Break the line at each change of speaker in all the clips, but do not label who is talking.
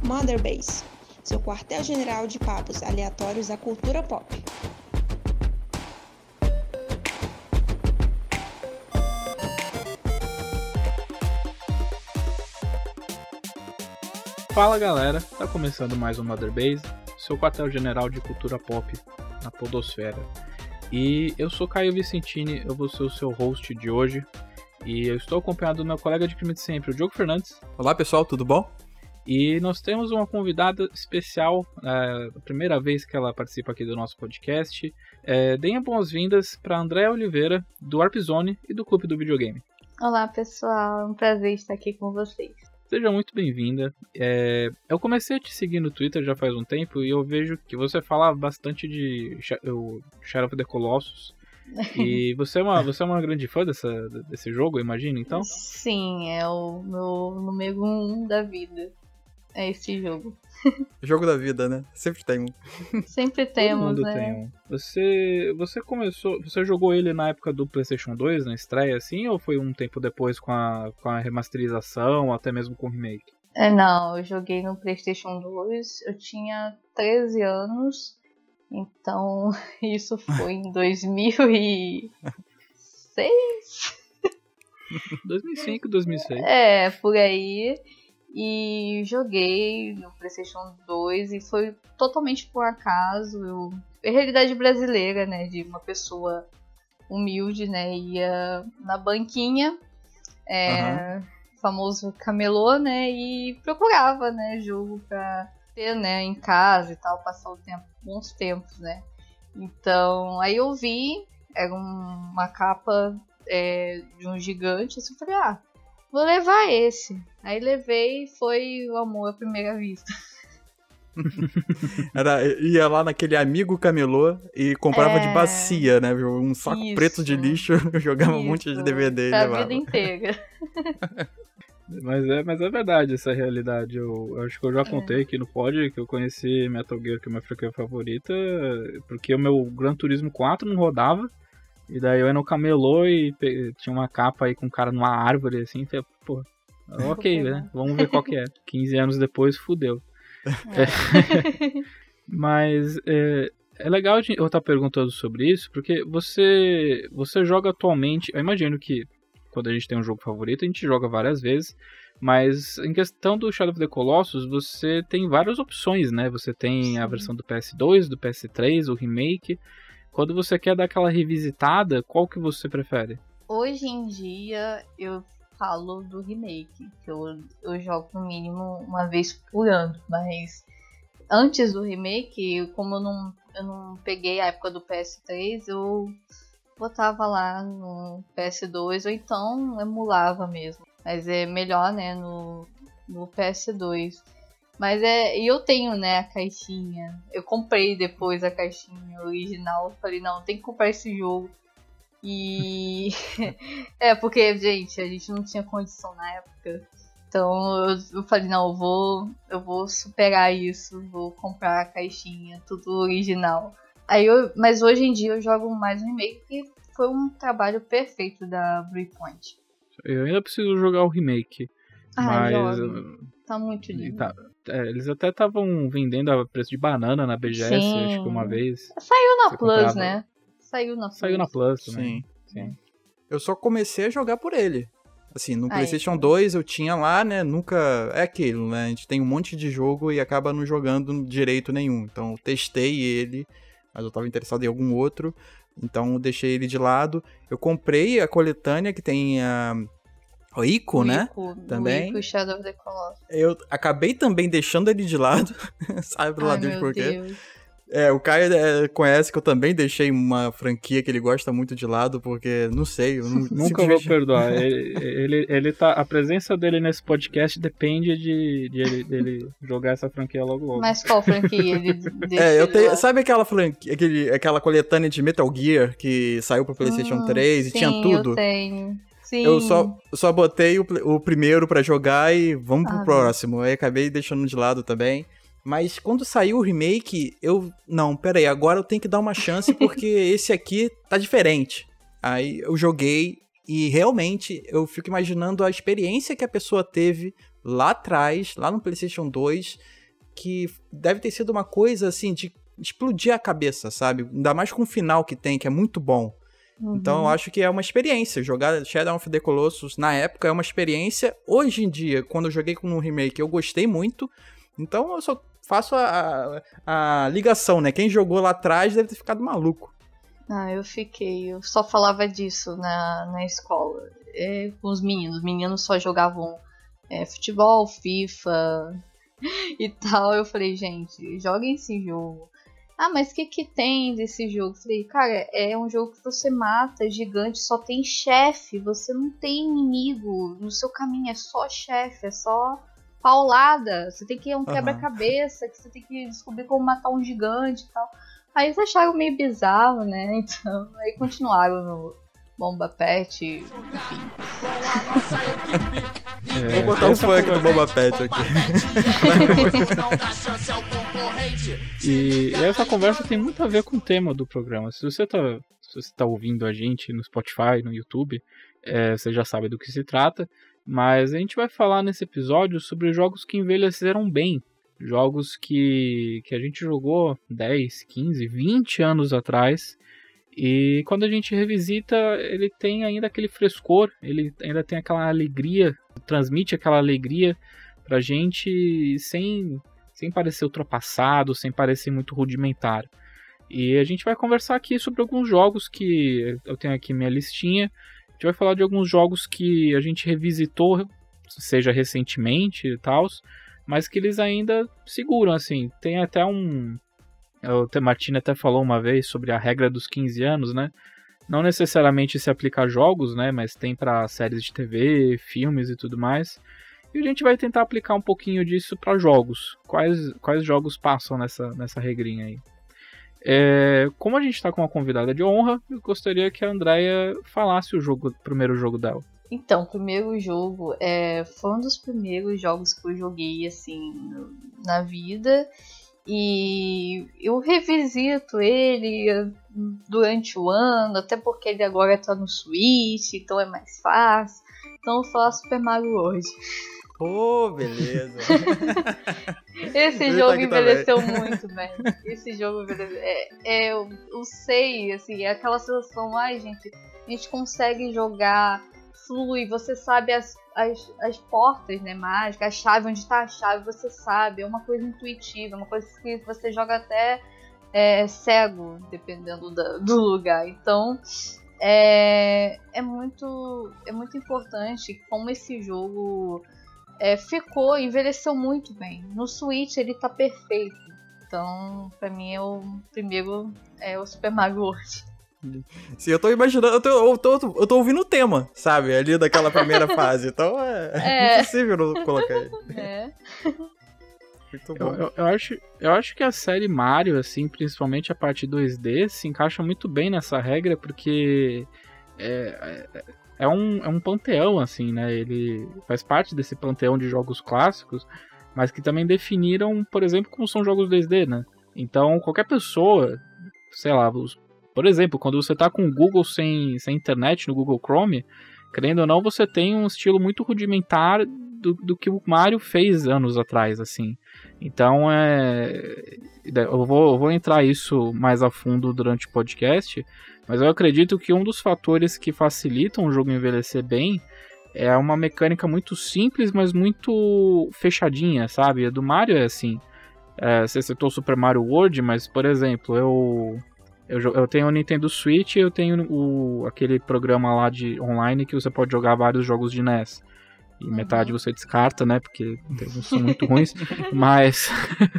Motherbase, seu quartel-general de papos aleatórios da cultura pop.
Fala galera, tá começando mais um Motherbase, seu quartel-general de cultura pop na podosfera. E eu sou Caio Vicentini, eu vou ser o seu host de hoje. E eu estou acompanhado do meu colega de crime de sempre, o Diogo Fernandes.
Olá pessoal, tudo bom?
E nós temos uma convidada especial, a primeira vez que ela participa aqui do nosso podcast. Deem boas-vindas para Andréa Oliveira, do Warp Zone e do Clube do Videogame.
Olá pessoal, é um prazer estar aqui com vocês.
Seja muito bem-vinda. Eu comecei a te seguir no Twitter já faz um tempo e eu vejo que você fala bastante de Shadow of the Colossus. E você é uma grande fã desse jogo, eu imagino, então?
Sim, é o meu número 1 da vida. É esse jogo.
Jogo da vida, né? Sempre tem um.
Sempre temos,
Todo mundo
né?
tem um. Você jogou ele na época do PlayStation 2, na estreia, assim, ou foi um tempo depois com a remasterização, ou até mesmo com o remake?
Não, eu joguei no PlayStation 2, eu tinha 13 anos, então isso foi em 2006?
2005, 2006.
Por aí. E joguei no PlayStation 2 e foi totalmente por acaso. Realidade brasileira, né? De uma pessoa humilde, né? Ia na banquinha, famoso camelô, né? E procurava, né? Jogo pra ter, né? Em casa e tal, passar o tempo, bons tempos, né? Então, aí eu vi, era uma capa de um gigante, assim, eu falei, vou levar esse. Aí levei e foi o amor à primeira vista.
Ia lá naquele amigo camelô e comprava de bacia, né? Um saco preto de lixo, jogava um monte de DVD e levava.
Pra vida inteira.
Mas é verdade essa realidade. Eu acho que eu já contei aqui no pod que eu conheci Metal Gear, que é a minha franquia favorita, porque o meu Gran Turismo 4 não rodava. E daí eu ia no camelô e tinha uma capa aí com um cara numa árvore, assim, falei, pô, ok, né? Vamos ver qual que é. 15 anos depois, fudeu. Mas é legal eu estar perguntando sobre isso, porque você joga atualmente, eu imagino que quando a gente tem um jogo favorito, a gente joga várias vezes, mas em questão do Shadow of the Colossus, você tem várias opções, né? Você tem a versão do PS2, do PS3, o remake. Quando você quer dar aquela revisitada, qual que você prefere?
Hoje em dia eu falo do remake, que eu jogo no mínimo uma vez por ano, mas antes do remake, como eu não peguei a época do PS3, eu botava lá no PS2 ou então emulava mesmo. Mas é melhor, né, no PS2. Mas e eu tenho, né, a caixinha. Eu comprei depois a caixinha original. Falei, não, tem que comprar esse jogo. E porque, gente, a gente não tinha condição na época. Então eu falei, não, eu vou superar isso. Vou comprar a caixinha, tudo original. Mas hoje em dia eu jogo mais um remake, que foi um trabalho perfeito da Breakpoint.
Eu ainda preciso jogar o remake. Mas
tá muito lindo.
Eles até estavam vendendo a preço de banana na BGS, acho que uma vez.
Saiu na Plus, né? Saiu na
Plus também. Sim.
Eu só comecei a jogar por ele. Assim, no PlayStation 2 eu tinha lá, né? Nunca... É aquilo, né? A gente tem um monte de jogo e acaba não jogando direito nenhum. Então eu testei ele, mas eu tava interessado em algum outro. Então eu deixei ele de lado. Eu comprei a coletânea que tem o Ico, né? Também.
O Ico Shadow of the Colossus.
Eu acabei também deixando ele de lado. Sabe lá Deus por quê? O Caio conhece que eu também deixei uma franquia que ele gosta muito de lado, porque, não sei, eu
nunca vou perdoar. Ele tá, a presença dele nesse podcast depende de ele jogar essa franquia logo.
Mas qual franquia ele deixou?
Sabe aquela franquia, aquela coletânea de Metal Gear que saiu pro PlayStation 3 e tinha tudo?
Eu tenho. Sim.
Eu só botei o primeiro pra jogar e vamos pro próximo. Aí acabei deixando de lado também. Mas quando saiu o remake, não, peraí, agora eu tenho que dar uma chance porque esse aqui tá diferente. Aí eu joguei e realmente eu fico imaginando a experiência que a pessoa teve lá atrás, lá no PlayStation 2, que deve ter sido uma coisa, assim, de explodir a cabeça, sabe? Ainda mais com o final que tem, que é muito bom. Então eu acho que é uma experiência. Jogar Shadow of the Colossus na época é uma experiência. Hoje em dia, quando eu joguei com um remake, eu gostei muito. Então eu só faço a ligação, né? Quem jogou lá atrás deve ter ficado maluco.
Eu só falava disso na escola. Com os meninos só jogavam futebol, FIFA e tal. Eu falei, gente, joguem esse jogo. Mas o que tem desse jogo? Eu falei, cara, é um jogo que você mata gigante, só tem chefe, você não tem inimigo no seu caminho, é só chefe, é só paulada. Você tem que ir um quebra-cabeça, que você tem que descobrir como matar um gigante e tal. Aí eles acharam meio bizarro, né? Então, aí continuaram no Bomba Pet, enfim.
Vou botar um funk do Bomba Pet aqui.
E essa conversa tem muito a ver com o tema do programa. Se você tá ouvindo a gente no Spotify, no YouTube, você já sabe do que se trata. Mas a gente vai falar nesse episódio sobre jogos que envelheceram bem. Jogos que a gente jogou 10, 15, 20 anos atrás. E quando a gente revisita, ele tem ainda aquele frescor, ele ainda tem aquela alegria, transmite aquela alegria pra gente sem parecer ultrapassado, sem parecer muito rudimentar. E a gente vai conversar aqui sobre alguns jogos que eu tenho aqui minha listinha. A gente vai falar de alguns jogos que a gente revisitou, seja recentemente e tal, mas que eles ainda seguram, assim. Tem até o Martini até falou uma vez sobre a regra dos 15 anos, né? Não necessariamente se aplica a jogos, né? Mas tem para séries de TV, filmes e tudo mais. E a gente vai tentar aplicar um pouquinho disso para jogos. Quais jogos passam nessa regrinha aí? Como a gente está com uma convidada de honra, eu gostaria que a Andrea falasse o primeiro jogo dela.
Então, o primeiro jogo foi um dos primeiros jogos que eu joguei assim na vida. E eu revisito ele durante o ano, até porque ele agora tá no Switch, então é mais fácil. Então eu vou falar Super Mario World.
Beleza.
Esse jogo envelheceu muito bem. Esse jogo envelheceu. Eu sei, assim, é aquela sensação, gente, a gente consegue jogar, flui, você sabe as portas, né, mágicas, a chave, onde está a chave, você sabe, é uma coisa intuitiva, uma coisa que você joga até cego, dependendo do lugar. Então, é muito importante como esse jogo envelheceu muito bem. No Switch ele tá perfeito. Então, pra mim, o primeiro é o Super Mario World.
Sim, eu tô imaginando, eu tô ouvindo o tema, sabe, ali daquela primeira fase, então é impossível não colocar ele. Muito bom.
Eu acho que a série Mario, assim, principalmente a parte 2D, se encaixa muito bem nessa regra, porque é um panteão, assim, né, ele faz parte desse panteão de jogos clássicos, mas que também definiram, por exemplo, como são jogos 2D, né, então qualquer pessoa, sei lá, por exemplo, quando você está com o Google sem internet no Google Chrome, querendo ou não, você tem um estilo muito rudimentar do que o Mario fez anos atrás, assim. Então, eu vou entrar isso mais a fundo durante o podcast, mas eu acredito que um dos fatores que facilitam o jogo envelhecer bem é uma mecânica muito simples, mas muito fechadinha, sabe? A do Mario é assim. Você citou o Super Mario World, mas, por exemplo, eu tenho o Nintendo Switch e eu tenho aquele programa lá de online que você pode jogar vários jogos de NES. E metade você descarta, né? Porque não são muito ruins. Mas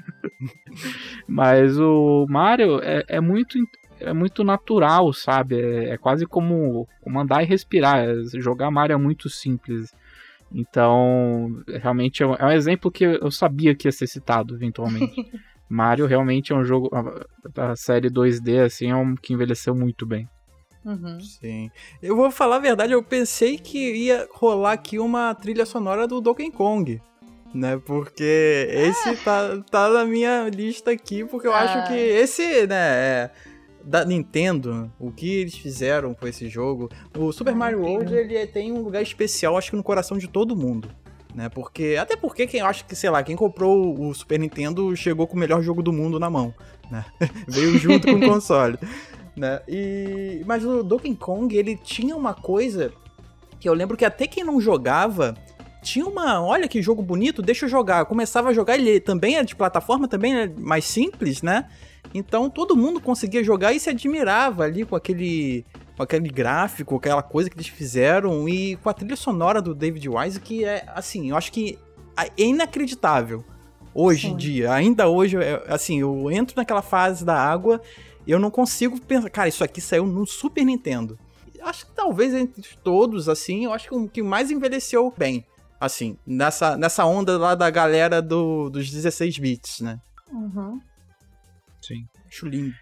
o Mario é muito natural, sabe? É quase como andar e respirar. Jogar Mario é muito simples. Então, realmente é um exemplo que eu sabia que ia ser citado eventualmente. Mario realmente é um jogo, a série 2D, assim, que envelheceu muito bem.
Sim. Eu vou falar a verdade, eu pensei que ia rolar aqui uma trilha sonora do Donkey Kong, né, porque esse tá na minha lista aqui, porque eu acho que esse, né, da Nintendo, o que eles fizeram com esse jogo, o Super Mario World, ele tem um lugar especial, acho que no coração de todo mundo. né? Até porque quem acha que, sei lá, quem comprou o Super Nintendo chegou com o melhor jogo do mundo na mão, né? Veio junto com o console, né? Mas o Donkey Kong, ele tinha uma coisa que eu lembro que até quem não jogava tinha olha que jogo bonito, deixa eu jogar. Eu começava a jogar, ele também era de plataforma, também era mais simples, né? Então todo mundo conseguia jogar e se admirava ali com aquele gráfico, aquela coisa que eles fizeram, e com a trilha sonora do David Wise, que é, assim, eu acho que é inacreditável hoje em dia. Ainda hoje, assim, eu entro naquela fase da água e eu não consigo pensar, cara, isso aqui saiu no Super Nintendo. Acho que talvez entre todos, assim, eu acho que o que mais envelheceu bem, assim, nessa onda lá da galera dos 16 bits, né?
Uhum.
Sim.
Acho lindo.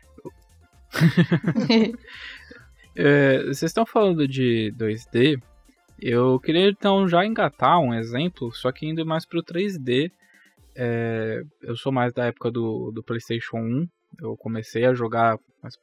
Vocês estão falando de 2D, eu queria então já engatar um exemplo, só que indo mais pro 3D. Eu sou mais da época do PlayStation 1, eu comecei a jogar,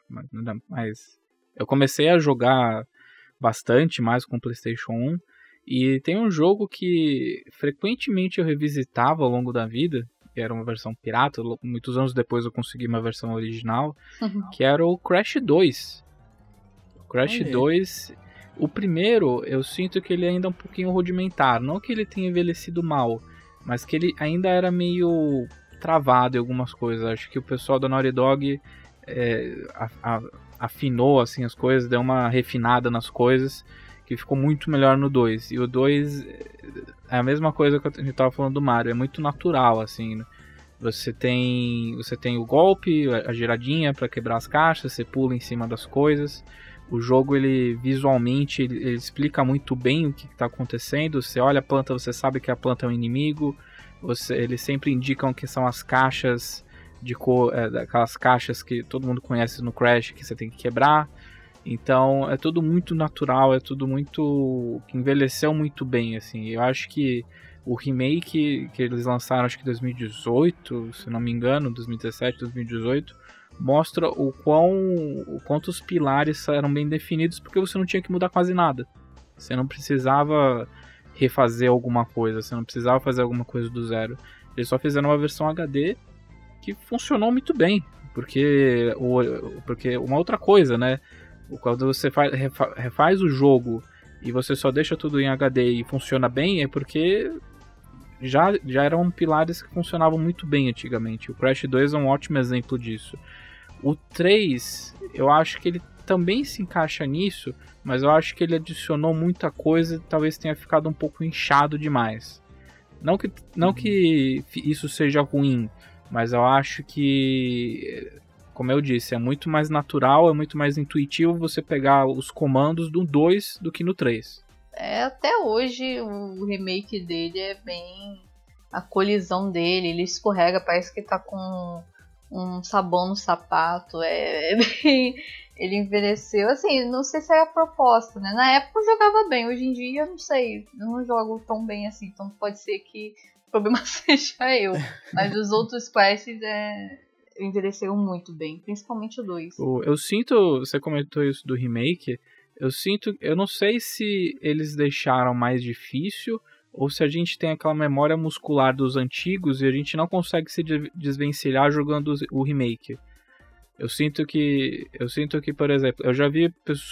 eu comecei a jogar bastante mais com o PlayStation 1, e tem um jogo que frequentemente eu revisitava ao longo da vida, que era uma versão pirata, muitos anos depois eu consegui uma versão original, que era o Crash 2. O Crash 2, o primeiro, eu sinto que ele ainda é um pouquinho rudimentar, não que ele tenha envelhecido mal, mas que ele ainda era meio travado em algumas coisas. Acho que o pessoal da Naughty Dog afinou assim, as coisas, deu uma refinada nas coisas, que ficou muito melhor no 2. E o 2 é a mesma coisa que a gente estava falando do Mario, é muito natural, assim, né? Você tem o golpe, a giradinha para quebrar as caixas, você pula em cima das coisas. O jogo, ele visualmente, ele explica muito bem o que está acontecendo. Você olha a planta, você sabe que a planta é um inimigo. Eles sempre indicam que são as caixas de cor, aquelas caixas que todo mundo conhece no Crash, que você tem que quebrar. Então é tudo muito natural, é tudo muito que envelheceu muito bem, assim. Eu acho que o remake que eles lançaram, acho que em 2018, se não me engano, 2017, 2018, mostra o quanto os pilares eram bem definidos, porque você não tinha que mudar quase nada. Você não precisava refazer alguma coisa, você não precisava fazer alguma coisa do zero. Eles só fizeram uma versão HD que funcionou muito bem, porque uma outra coisa, né? Quando você refaz o jogo e você só deixa tudo em HD e funciona bem, é porque já eram pilares que funcionavam muito bem antigamente. O Crash 2 é um ótimo exemplo disso. O 3, eu acho que ele também se encaixa nisso, mas eu acho que ele adicionou muita coisa e talvez tenha ficado um pouco inchado demais. Não que isso seja ruim, mas eu acho que, como eu disse, é muito mais natural, é muito mais intuitivo você pegar os comandos do 2 do que no 3.
Até hoje o remake dele é bem... A colisão dele, ele escorrega, parece que tá com um sabão no sapato. Bem... Ele envelheceu, assim, não sei se é a proposta, né? Na época eu jogava bem, hoje em dia eu não sei, eu não jogo tão bem assim, então pode ser que o problema seja eu. Mas os outros Crashes envelheceram muito bem, principalmente o 2.
Eu sinto, você comentou isso do remake, eu não sei se eles deixaram mais difícil ou se a gente tem aquela memória muscular dos antigos e a gente não consegue se desvencilhar jogando o remake. Eu sinto que, por exemplo, eu já vi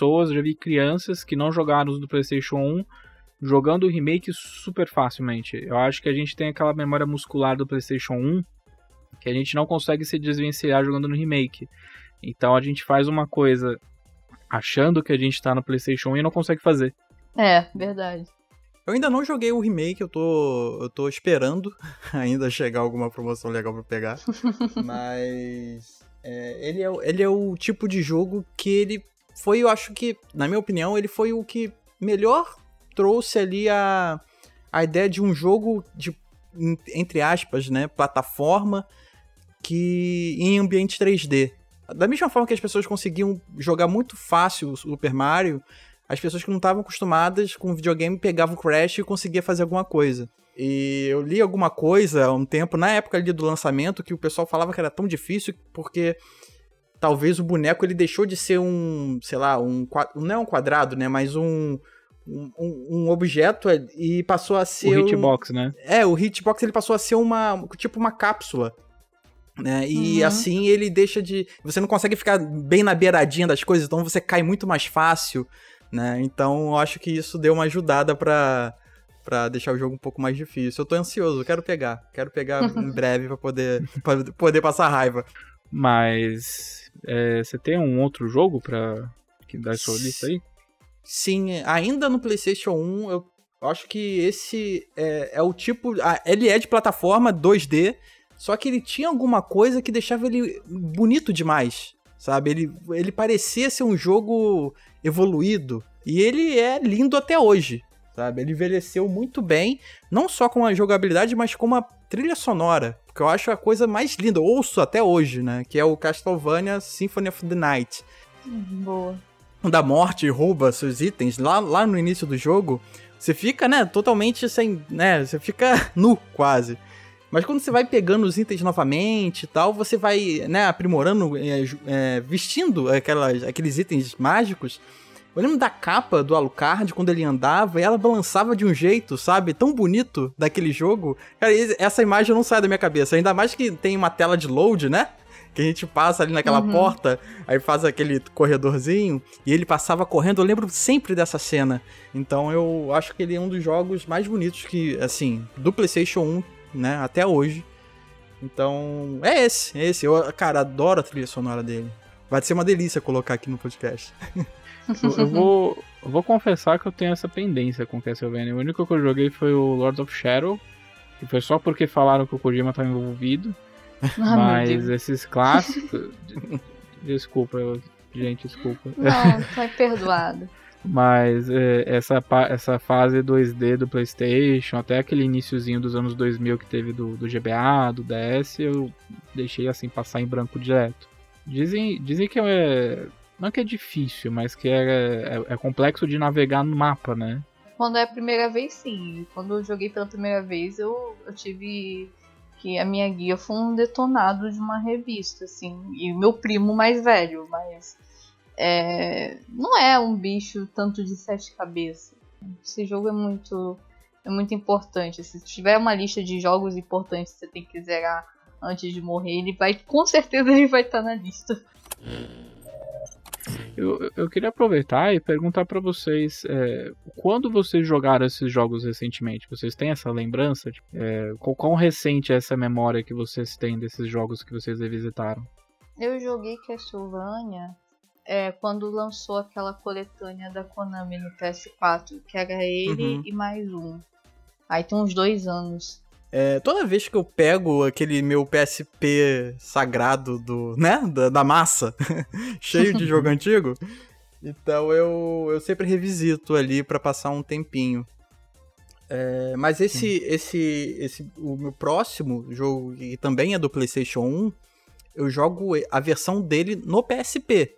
crianças que não jogaram os do PlayStation 1 jogando o remake super facilmente. Eu acho que a gente tem aquela memória muscular do PlayStation 1 que a gente não consegue se desvencilhar jogando no remake. Então a gente faz uma coisa achando que a gente tá no PlayStation 1 e não consegue fazer.
Verdade.
Eu ainda não joguei o remake, eu tô esperando ainda chegar alguma promoção legal pra pegar. Mas ele é o tipo de jogo que ele foi, eu acho que, na minha opinião, ele foi o que melhor trouxe ali a ideia de um jogo de, entre aspas, né, plataforma que em ambiente 3D. Da mesma forma que as pessoas conseguiam jogar muito fácil o Super Mario, as pessoas que não estavam acostumadas com o videogame pegavam o Crash e conseguiam fazer alguma coisa. E eu li alguma coisa há um tempo, na época ali do lançamento, que o pessoal falava que era tão difícil porque talvez o boneco ele deixou de ser um, sei lá, não é um quadrado, né, mas um um objeto e passou a ser...
O hitbox, né?
O hitbox ele passou a ser tipo uma cápsula. Né? E assim ele deixa de... Você não consegue ficar bem na beiradinha das coisas, então você cai muito mais fácil, né? Então eu acho que isso deu uma ajudada pra deixar o jogo um pouco mais difícil. Eu tô ansioso, quero pegar em breve pra poder passar raiva.
Mas você tem um outro jogo pra dar sua lista aí?
Sim, ainda no PlayStation 1, eu acho que esse é o tipo... Ele é de plataforma 2D, só que ele tinha alguma coisa que deixava ele bonito demais, sabe? Ele parecia ser um jogo evoluído, e ele é lindo até hoje, sabe? Ele envelheceu muito bem, não só com a jogabilidade, mas com uma trilha sonora, porque eu acho a coisa mais linda, eu ouço até hoje, né? Que é o Castlevania Symphony of the Night.
Boa.
Da morte, rouba seus itens, lá no início do jogo, você fica, né, totalmente sem, né, você fica nu, quase. Mas quando você vai pegando os itens novamente e tal, você vai, né, aprimorando, vestindo aqueles itens mágicos. Eu lembro da capa do Alucard, quando ele andava, e ela balançava de um jeito, sabe, tão bonito daquele jogo. Cara, essa imagem não sai da minha cabeça, ainda mais que tem uma tela de load, né? Que a gente passa ali naquela porta, aí faz aquele corredorzinho, e ele passava correndo, eu lembro sempre dessa cena. Então eu acho que ele é um dos jogos mais bonitos que, assim, do PlayStation 1, né, até hoje. Então, é esse. Eu, cara, adoro a trilha sonora dele. Vai ser uma delícia colocar aqui no podcast.
Eu vou confessar que eu tenho essa pendência com Castlevania. O único que eu joguei foi o Lords of Shadow, e foi só porque falaram que o Kojima estava envolvido. Mas esses clássicos... Desculpa, gente, desculpa.
Não, tá perdoado.
Mas essa fase 2D do PlayStation, até aquele iniciozinho dos anos 2000 que teve do GBA, do DS, eu deixei assim passar em branco direto. Dizem que não que é difícil, mas que é complexo de navegar no mapa, né?
Quando é a primeira vez, sim. Quando eu joguei pela primeira vez, eu tive... que a minha guia foi um detonado de uma revista, assim, e o meu primo mais velho, mas não é um bicho tanto de 7 cabeças. Esse jogo é muito importante. Se tiver uma lista de jogos importantes que você tem que zerar antes de morrer, com certeza ele vai estar na lista.
Eu queria aproveitar e perguntar pra vocês, quando vocês jogaram esses jogos recentemente, vocês têm essa lembrança? Quão recente é essa memória que vocês têm desses jogos que vocês revisitaram?
Eu joguei Castlevania quando lançou aquela coletânea da Konami no PS4, que era ele e mais um. Aí tem uns 2 anos.
Toda vez que eu pego aquele meu PSP sagrado da massa, cheio de jogo antigo, então eu sempre revisito ali pra passar um tempinho. Mas o meu próximo jogo, que também é do PlayStation 1, eu jogo a versão dele no PSP.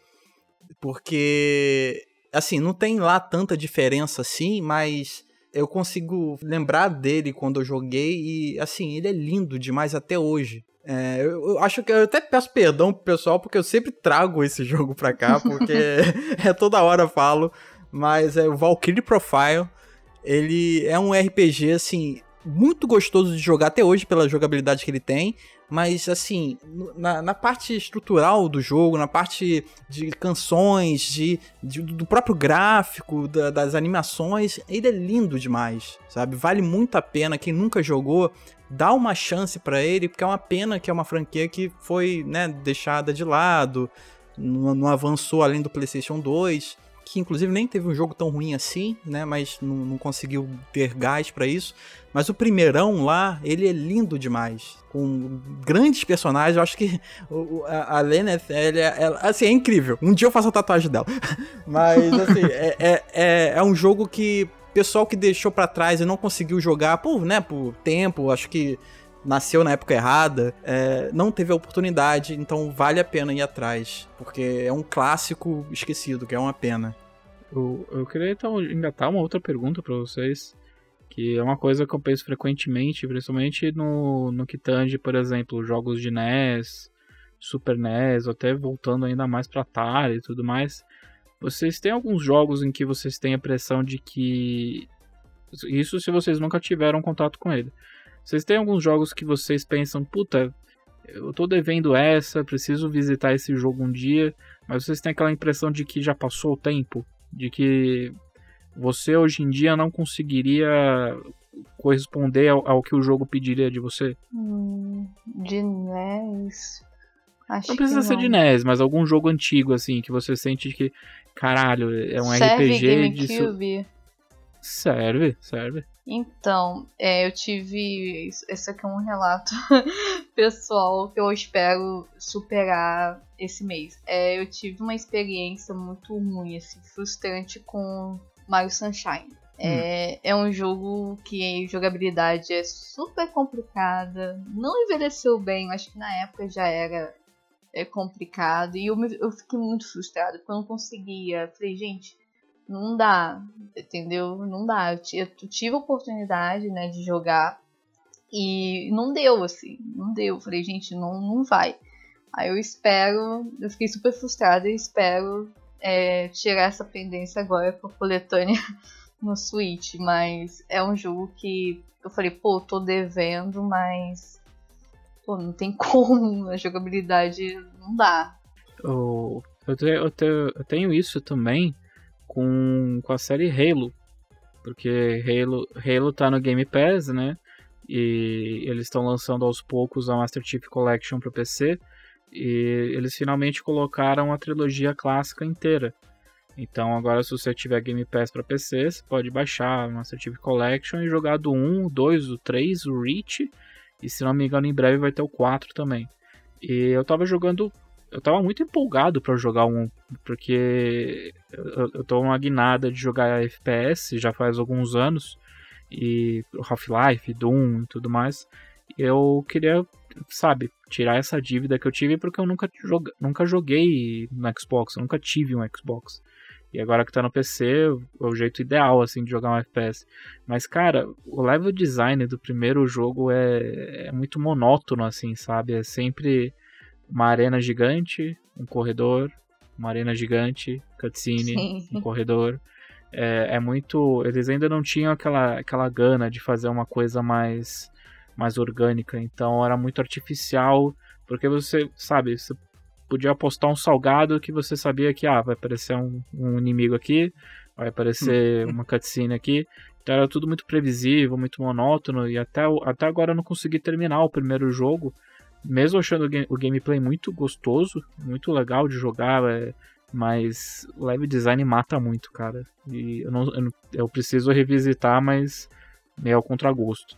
Porque, assim, não tem lá tanta diferença assim, mas... eu consigo lembrar dele quando eu joguei e, assim, ele é lindo demais até hoje. Eu acho que eu até peço perdão pro pessoal porque eu sempre trago esse jogo pra cá, porque toda hora eu falo, mas o Valkyrie Profile, ele é um RPG, assim, muito gostoso de jogar até hoje pela jogabilidade que ele tem, mas, assim, na parte estrutural do jogo, na parte de canções, do próprio gráfico, das animações, ele é lindo demais, sabe? Vale muito a pena, quem nunca jogou, dá uma chance pra ele, porque é uma pena que é uma franquia que foi, né, deixada de lado, não avançou além do PlayStation 2, que inclusive nem teve um jogo tão ruim assim, né, mas não conseguiu ter gás pra isso. Mas o primeirão lá, ele é lindo demais, com grandes personagens. Eu acho que a Lenneth, ela assim, é incrível. Um dia eu faço a tatuagem dela. Mas, assim, é um jogo que o pessoal que deixou pra trás e não conseguiu jogar por tempo, acho que nasceu na época errada, não teve a oportunidade, então vale a pena ir atrás, porque é um clássico esquecido, que é uma pena.
Eu queria então engatar uma outra pergunta pra vocês, que é uma coisa que eu penso frequentemente, principalmente no que tange, por exemplo, jogos de NES, Super NES, ou até voltando ainda mais pra Atari e tudo mais. vocês têm alguns jogos em que vocês têm a impressão de que... Isso se vocês nunca tiveram contato com ele. Vocês têm alguns jogos que vocês pensam, puta, eu tô devendo essa, preciso visitar esse jogo um dia, mas vocês têm aquela impressão de que já passou o tempo, de que você hoje em dia não conseguiria corresponder ao que o jogo pediria de você?
De NES... Acho
não precisa ser de NES, mas algum jogo antigo, assim, que você sente que, caralho, é um RPG
GameCube?
Serve.
Então, eu tive... Esse aqui é um relato pessoal que eu espero superar esse mês. Eu tive uma experiência muito ruim, assim, frustrante com Mario Sunshine. É um jogo que a jogabilidade é super complicada, não envelheceu bem, acho que na época já era complicado, e eu fiquei muito frustrada porque eu não conseguia. Falei, gente, não dá, entendeu? Não dá. Eu tive a oportunidade, né, de jogar e não deu, assim, não deu. Falei, gente, não vai. Aí eu fiquei super frustrada e espero tirar essa pendência agora com a coletânea no Switch, mas é um jogo que eu falei, pô, tô devendo, mas pô, não tem como, a jogabilidade não dá.
Eu tenho isso também com a série Halo, porque Halo tá no Game Pass, né? E eles estão lançando aos poucos a Master Chief Collection para PC, e eles finalmente colocaram a trilogia clássica inteira. Então agora, se você tiver Game Pass para PC, você pode baixar a Master Chief Collection e jogar do 1, o 2, o 3, o Reach, e se não me engano em breve vai ter o 4 também. E eu tava muito empolgado para jogar um, porque eu tô uma guinada de jogar FPS já faz alguns anos, e Half-Life, Doom e tudo mais. Eu queria, sabe, tirar essa dívida que eu tive, porque eu nunca joguei no Xbox, eu nunca tive um Xbox. E agora que tá no PC, é o jeito ideal, assim, de jogar um FPS. Mas, cara, o level design do primeiro jogo é muito monótono, assim, sabe? É sempre uma arena gigante, um corredor, uma arena gigante, cutscene,
Sim.
um corredor. É muito... Eles ainda não tinham aquela gana de fazer uma coisa mais orgânica. Então era muito artificial, porque você, sabe, você podia apostar um salgado que você sabia que vai aparecer um inimigo aqui, vai aparecer uma cutscene aqui. Então era tudo muito previsível, muito monótono, e até agora eu não consegui terminar o primeiro jogo, mesmo achando o gameplay muito gostoso, muito legal de jogar, mas o level design mata muito, cara. E eu preciso revisitar, mas meio ao contragosto.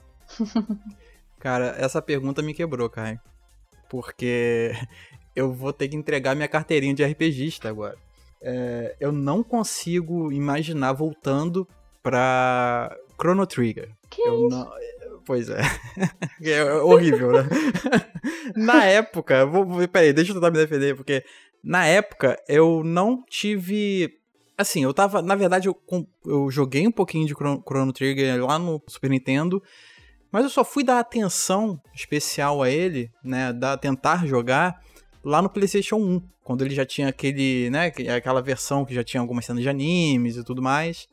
Cara, essa pergunta me quebrou, Caio. Porque eu vou ter que entregar minha carteirinha de RPGista agora. Eu não consigo imaginar voltando pra Chrono Trigger. Pois é. É horrível, né? Na época... Peraí, deixa eu tentar me defender, porque na época eu não tive... Assim, eu tava... Na verdade, eu joguei um pouquinho de Chrono Trigger lá no Super Nintendo, mas eu só fui dar atenção especial a ele, né, tentar jogar lá no PlayStation 1, quando ele já tinha aquela versão que já tinha algumas cenas de animes e tudo mais.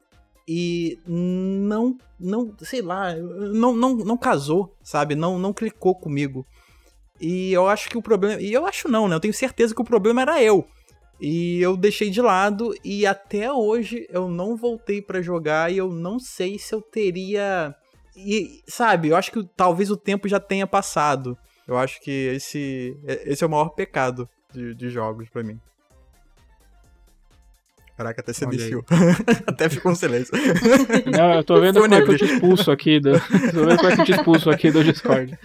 E não sei lá, não casou, sabe? Não clicou comigo. E eu acho que o problema... E eu acho não, né? Eu tenho certeza que o problema era eu. E eu deixei de lado, e até hoje eu não voltei pra jogar, e eu não sei se eu teria... E, sabe, eu acho que talvez o tempo já tenha passado. Eu acho que esse é o maior pecado de jogos pra mim. Caraca, até você desceu. Até ficou um silêncio.
Não, eu tô vendo como é que eu te expulso aqui do... Discord.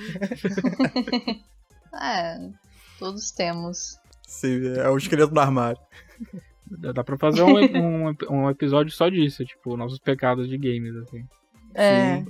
Todos temos.
Sim, é o esqueleto do armário.
Dá pra fazer um episódio só disso, tipo, nossos pecados de games, assim.
Sim,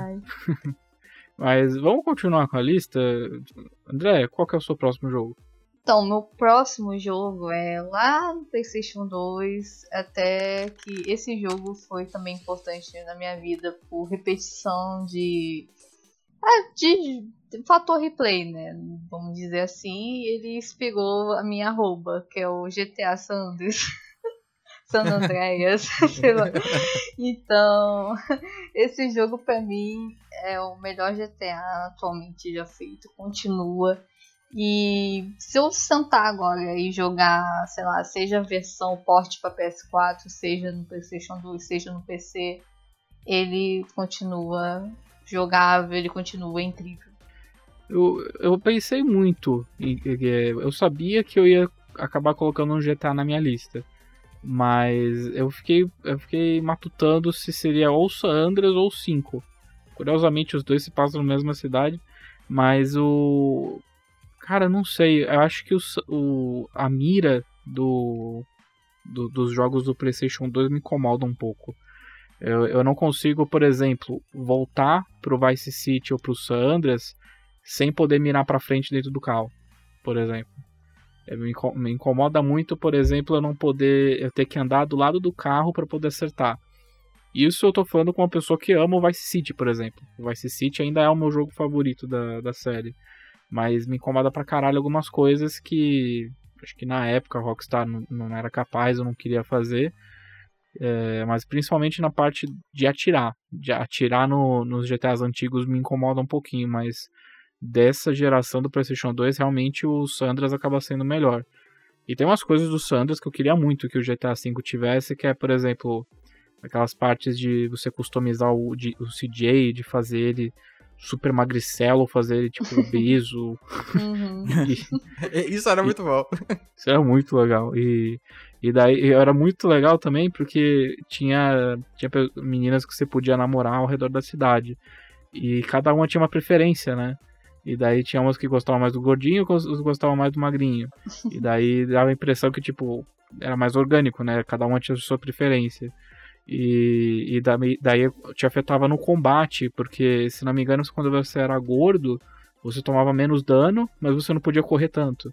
mas vamos continuar com a lista. André, qual que é o seu próximo jogo?
Então, meu próximo jogo é lá no PlayStation 2, até que esse jogo foi também importante na minha vida por repetição de De fator replay, né? Vamos dizer assim, ele inspirou a minha arroba, que é o GTA San Andreas, sei lá. Então, esse jogo pra mim é o melhor GTA atualmente já feito, continua. E se eu sentar agora e jogar, sei lá, seja a versão porte para PS4, seja no PlayStation 2, seja no PC, ele continua jogável, ele continua incrível.
Eu pensei muito, eu sabia que eu ia acabar colocando um GTA na minha lista, mas eu fiquei matutando se seria ou San Andreas ou 5. Curiosamente os dois se passam na mesma cidade, mas cara, não sei, eu acho que a mira dos jogos do PlayStation 2 me incomoda um pouco. Eu não consigo, por exemplo, voltar pro Vice City ou pro San Andreas sem poder mirar pra frente dentro do carro, por exemplo. Me incomoda muito, por exemplo, eu ter que andar do lado do carro para poder acertar. Isso eu tô falando com uma pessoa que ama o Vice City, por exemplo. O Vice City ainda é o meu jogo favorito da série. Mas me incomoda pra caralho algumas coisas que acho que na época a Rockstar não era capaz, eu não queria fazer. Mas principalmente na parte de atirar. De atirar nos GTAs antigos me incomoda um pouquinho, mas dessa geração do PlayStation 2, realmente o San Andreas acaba sendo melhor. E tem umas coisas do San Andreas que eu queria muito que o GTA V tivesse, que é, por exemplo, aquelas partes de você customizar o CJ, de fazer ele super magricelo, fazer ele tipo obeso.
Uhum.
Isso era muito bom.
Isso era muito legal. E daí era muito legal também porque tinha meninas que você podia namorar ao redor da cidade. E cada uma tinha uma preferência, né? E daí tinha umas que gostavam mais do gordinho, outros gostavam mais do magrinho. E daí dava a impressão que, tipo, era mais orgânico, né? Cada uma tinha a sua preferência. E daí te afetava no combate, porque, se não me engano, quando você era gordo, você tomava menos dano, mas você não podia correr tanto.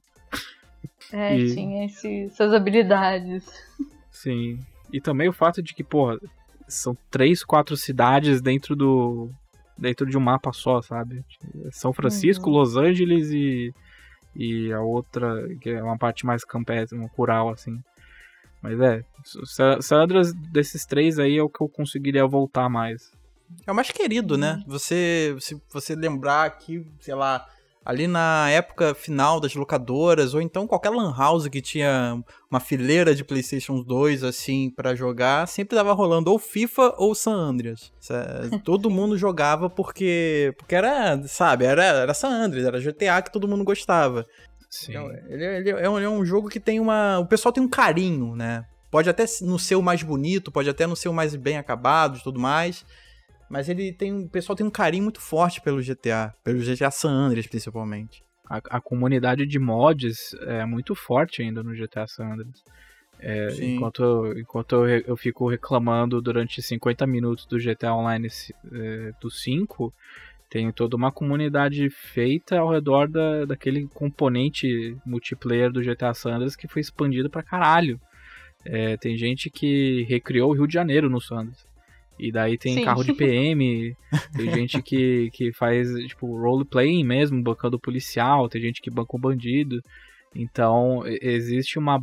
Tinha essas habilidades.
Sim. E também o fato de que, porra, são 3, 4 cidades dentro de um mapa só, sabe? São Francisco, Los Angeles e a outra, que é uma parte mais campesina, rural, assim. Mas San Andreas desses 3 aí é o que eu conseguiria voltar mais.
É o mais querido, né? Se você lembrar que, sei lá, ali na época final das locadoras, ou então qualquer lan house que tinha uma fileira de PlayStation 2, assim, pra jogar, sempre tava rolando ou FIFA ou San Andreas. Todo mundo jogava porque era, sabe, era San Andreas, era GTA que todo mundo gostava.
Sim.
Então, ele é um jogo que tem o pessoal tem um carinho, né? Pode até não ser o mais bonito, pode até não ser o mais bem acabado e tudo mais, mas o pessoal tem um carinho muito forte pelo GTA San Andreas, principalmente.
A comunidade de mods é muito forte ainda no GTA San Andreas. Enquanto eu fico reclamando durante 50 minutos do GTA Online do 5, tem toda uma comunidade feita ao redor daquele componente multiplayer do GTA San Andreas que foi expandido pra caralho. Tem gente que recriou o Rio de Janeiro no San Andreas. E daí tem carro de PM, tem gente que faz tipo roleplaying mesmo, bancando policial, tem gente que banca o bandido. Então existe uma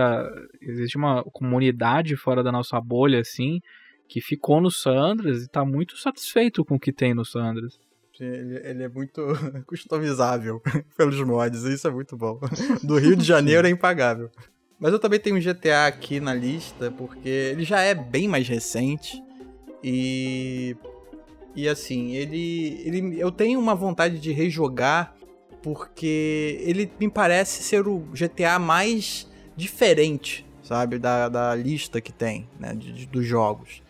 comunidade fora da nossa bolha, assim, que ficou no San Andreas e tá muito satisfeito com o que tem no San Andreas.
Ele é muito customizável pelos mods, isso é muito bom. Do Rio de Janeiro é impagável. Mas eu também tenho um GTA aqui na lista, porque ele já é bem mais recente. E assim, eu tenho uma vontade de rejogar, porque ele me parece ser o GTA mais diferente, sabe, da lista que tem, né, dos jogos.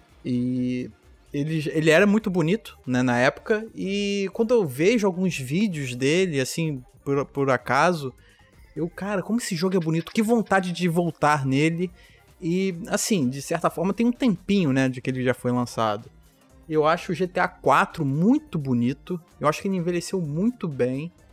E ele era muito bonito, né, na época, e quando eu vejo alguns vídeos dele, assim, por acaso, cara, como esse jogo é bonito, que vontade de voltar nele. E, assim, de certa forma tem um tempinho, né, de que ele já foi lançado. Eu acho o GTA 4 muito bonito, eu acho que ele envelheceu muito bem.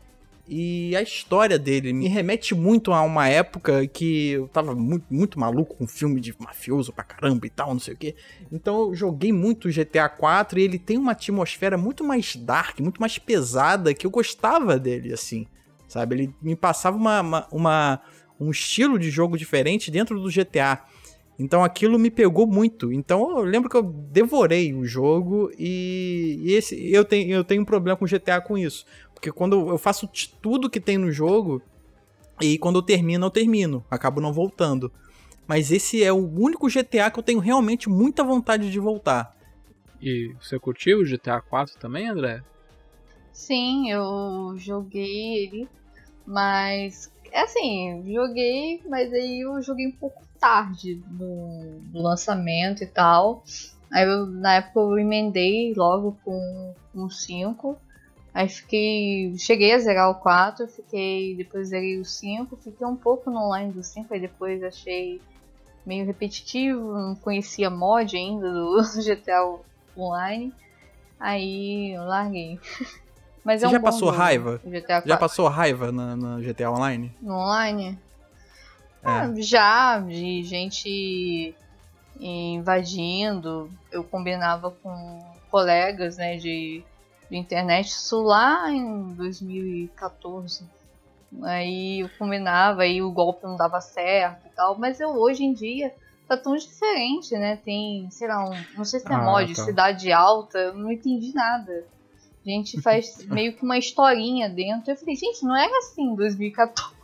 E a história dele me remete muito a uma época que eu tava muito, muito maluco com filme de mafioso pra caramba e tal, não sei o quê. Então eu joguei muito GTA 4 e ele tem uma atmosfera muito mais dark, muito mais pesada, que eu gostava dele, assim, sabe? Ele me passava um estilo de jogo diferente dentro do GTA. Então aquilo me pegou muito. Então eu lembro que eu devorei o jogo e eu tenho um problema com o GTA com isso. Porque quando eu faço tudo que tem no jogo, e quando eu termino. Acabo não voltando. Mas esse é o único GTA que eu tenho realmente muita vontade de voltar.
E você curtiu o GTA 4 também, André?
Sim, eu joguei ele, mas joguei, mas aí eu joguei um pouco tarde do lançamento e tal. Aí na época eu emendei logo com o 5. Aí cheguei a zerar o 4, depois zerei o 5, fiquei um pouco no online do 5, aí depois achei meio repetitivo, não conhecia mod ainda do GTA Online, aí eu larguei. Mas
você
já
passou raiva?
GTA 4.
Já passou raiva no GTA Online?
No online?
É.
Já, de gente invadindo, eu combinava com colegas, né, de internet, isso lá em 2014. Aí eu combinava, aí o golpe não dava certo e tal, mas hoje em dia tá tão diferente, né? Tem, sei lá, não sei se é mod,
tá.
cidade alta, eu não entendi nada. A gente faz meio que uma historinha dentro. Eu falei, gente, não era assim em 2014.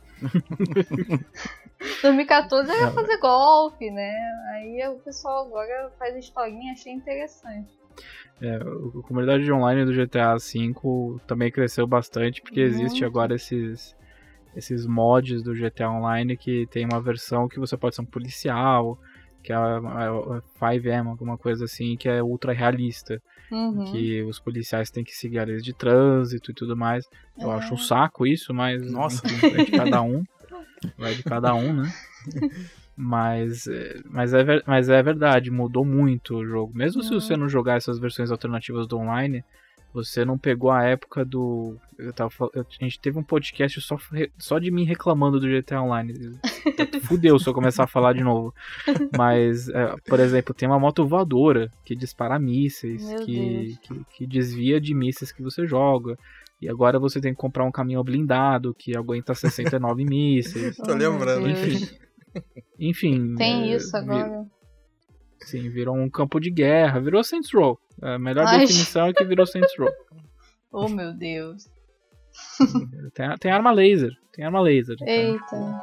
2014 era fazer golpe, né? Aí o pessoal agora faz historinha, achei interessante.
A comunidade online do GTA V também cresceu bastante, porque existe agora esses mods do GTA Online que tem uma versão que você pode ser um policial, que é a 5M, alguma coisa assim, que é ultra realista. Que os policiais têm que seguir a lei de trânsito e tudo mais. Eu acho um saco isso, mas
nossa,
enfim, vai de cada um. Vai de cada um, né? Mas é verdade, mudou muito o jogo. Mesmo se você não jogar essas versões alternativas do online, você não pegou a época do... a gente teve um podcast só de mim reclamando do GTA Online. Fudeu se eu começar a falar de novo. Mas, por exemplo, tem uma moto voadora que dispara mísseis, que desvia de mísseis que você joga. E agora você tem que comprar um caminhão blindado que aguenta 69 mísseis.
Tô lembrando.
Enfim.
Tem isso agora.
Sim, virou um campo de guerra. Virou Saints Row. A melhor definição é que virou Saints Row.
Oh, meu Deus.
Tem arma laser.
Eita.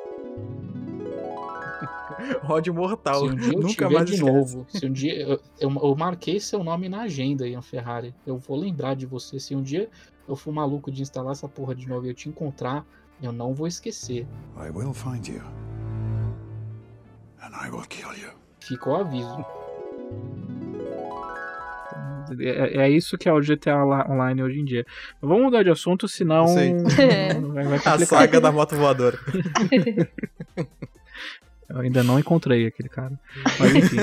Ódio mortal.
Se um dia eu
Nunca
tiver
mais
de
esquece.
novo, se um dia eu marquei seu nome na agenda, Ian Ferrari. Eu vou lembrar de você. Se um dia eu for maluco de instalar essa porra de novo e eu te encontrar, eu não vou esquecer.
I will find you. And I will kill you.
Fica o aviso.
É isso que é o GTA Online hoje em dia. Vamos mudar de assunto, senão vai
A
complicar.
saga da moto voadora.
Eu ainda não encontrei aquele cara. Mas enfim.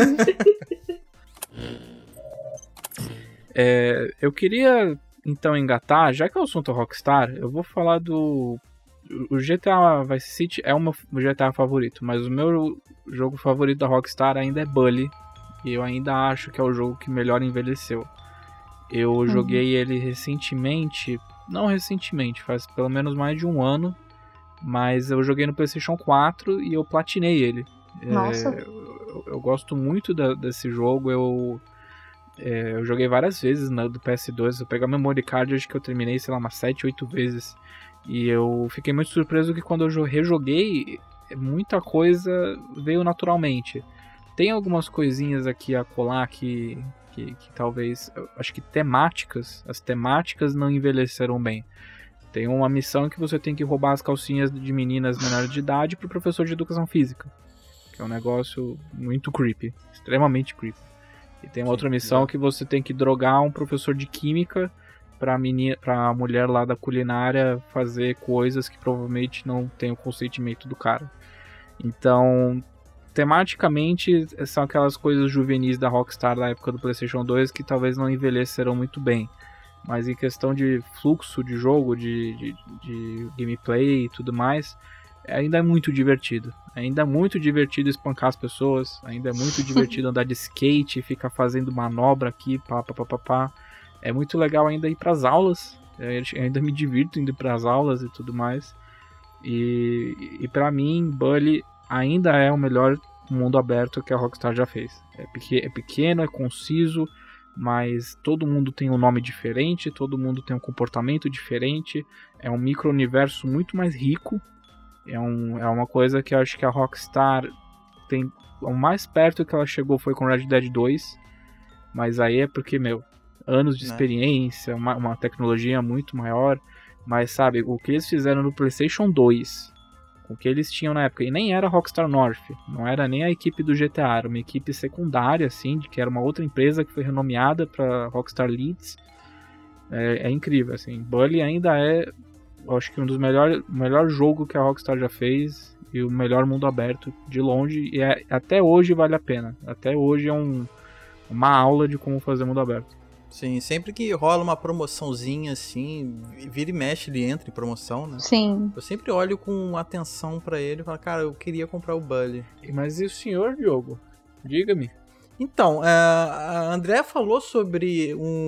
Eu queria então engatar, já que é o assunto Rockstar, eu vou falar do... O GTA Vice City é o meu GTA favorito, mas o meu jogo favorito da Rockstar ainda é Bully. E eu ainda acho que é o jogo que melhor envelheceu. Eu joguei ele recentemente, não recentemente, faz pelo menos mais de um ano, mas eu joguei no PlayStation 4 e eu platinei ele.
Nossa.
Eu gosto muito desse jogo, eu joguei várias vezes do PS2, eu peguei a memory card, acho que eu terminei, sei lá, umas 7, 8 vezes. E eu fiquei muito surpreso que quando eu rejoguei, muita coisa veio naturalmente. Tem algumas coisinhas aqui a colar que talvez, acho que as temáticas não envelheceram bem. Tem uma missão que você tem que roubar as calcinhas de meninas menores de idade pro professor de educação física, que é um negócio muito creepy, extremamente creepy. E tem uma outra missão que você tem que drogar um professor de química pra mulher lá da culinária fazer coisas que provavelmente não tem o consentimento do cara. Então, tematicamente, são aquelas coisas juvenis da Rockstar da época do PlayStation 2 que talvez não envelheceram muito bem. mas em questão de fluxo de jogo, de gameplay e tudo mais, ainda é muito divertido. Ainda é muito divertido espancar as pessoas, ainda é muito divertido andar de skate, ficar fazendo manobra aqui, pá. É muito legal ainda ir pras aulas, eu ainda me divirto indo pras aulas e tudo mais. E pra mim, Bully ainda é o melhor mundo aberto que a Rockstar já fez. É pequeno, é conciso, mas todo mundo tem um nome diferente, todo mundo tem um comportamento diferente, é um micro-universo muito mais rico. É uma coisa que eu acho que a Rockstar tem... O mais perto que ela chegou foi com Red Dead 2, mas aí é porque, anos de experiência, uma tecnologia muito maior, mas sabe, o que eles fizeram no PlayStation 2, o que eles tinham na época, e nem era Rockstar North, não era nem a equipe do GTA, era uma equipe secundária, assim, que era uma outra empresa que foi renomeada para Rockstar Leeds. É incrível, assim, Bully ainda é, acho que um dos melhor jogo que a Rockstar já fez, e o melhor mundo aberto de longe, e até hoje vale a pena, até hoje é uma aula de como fazer mundo aberto.
Sim, sempre que rola uma promoçãozinha assim, vira e mexe, ele entra em promoção, né?
Sim.
Eu sempre olho com atenção pra ele e falo, cara, eu queria comprar o Bully.
Mas e o senhor, Diogo? Diga-me.
Então, a Andrea falou sobre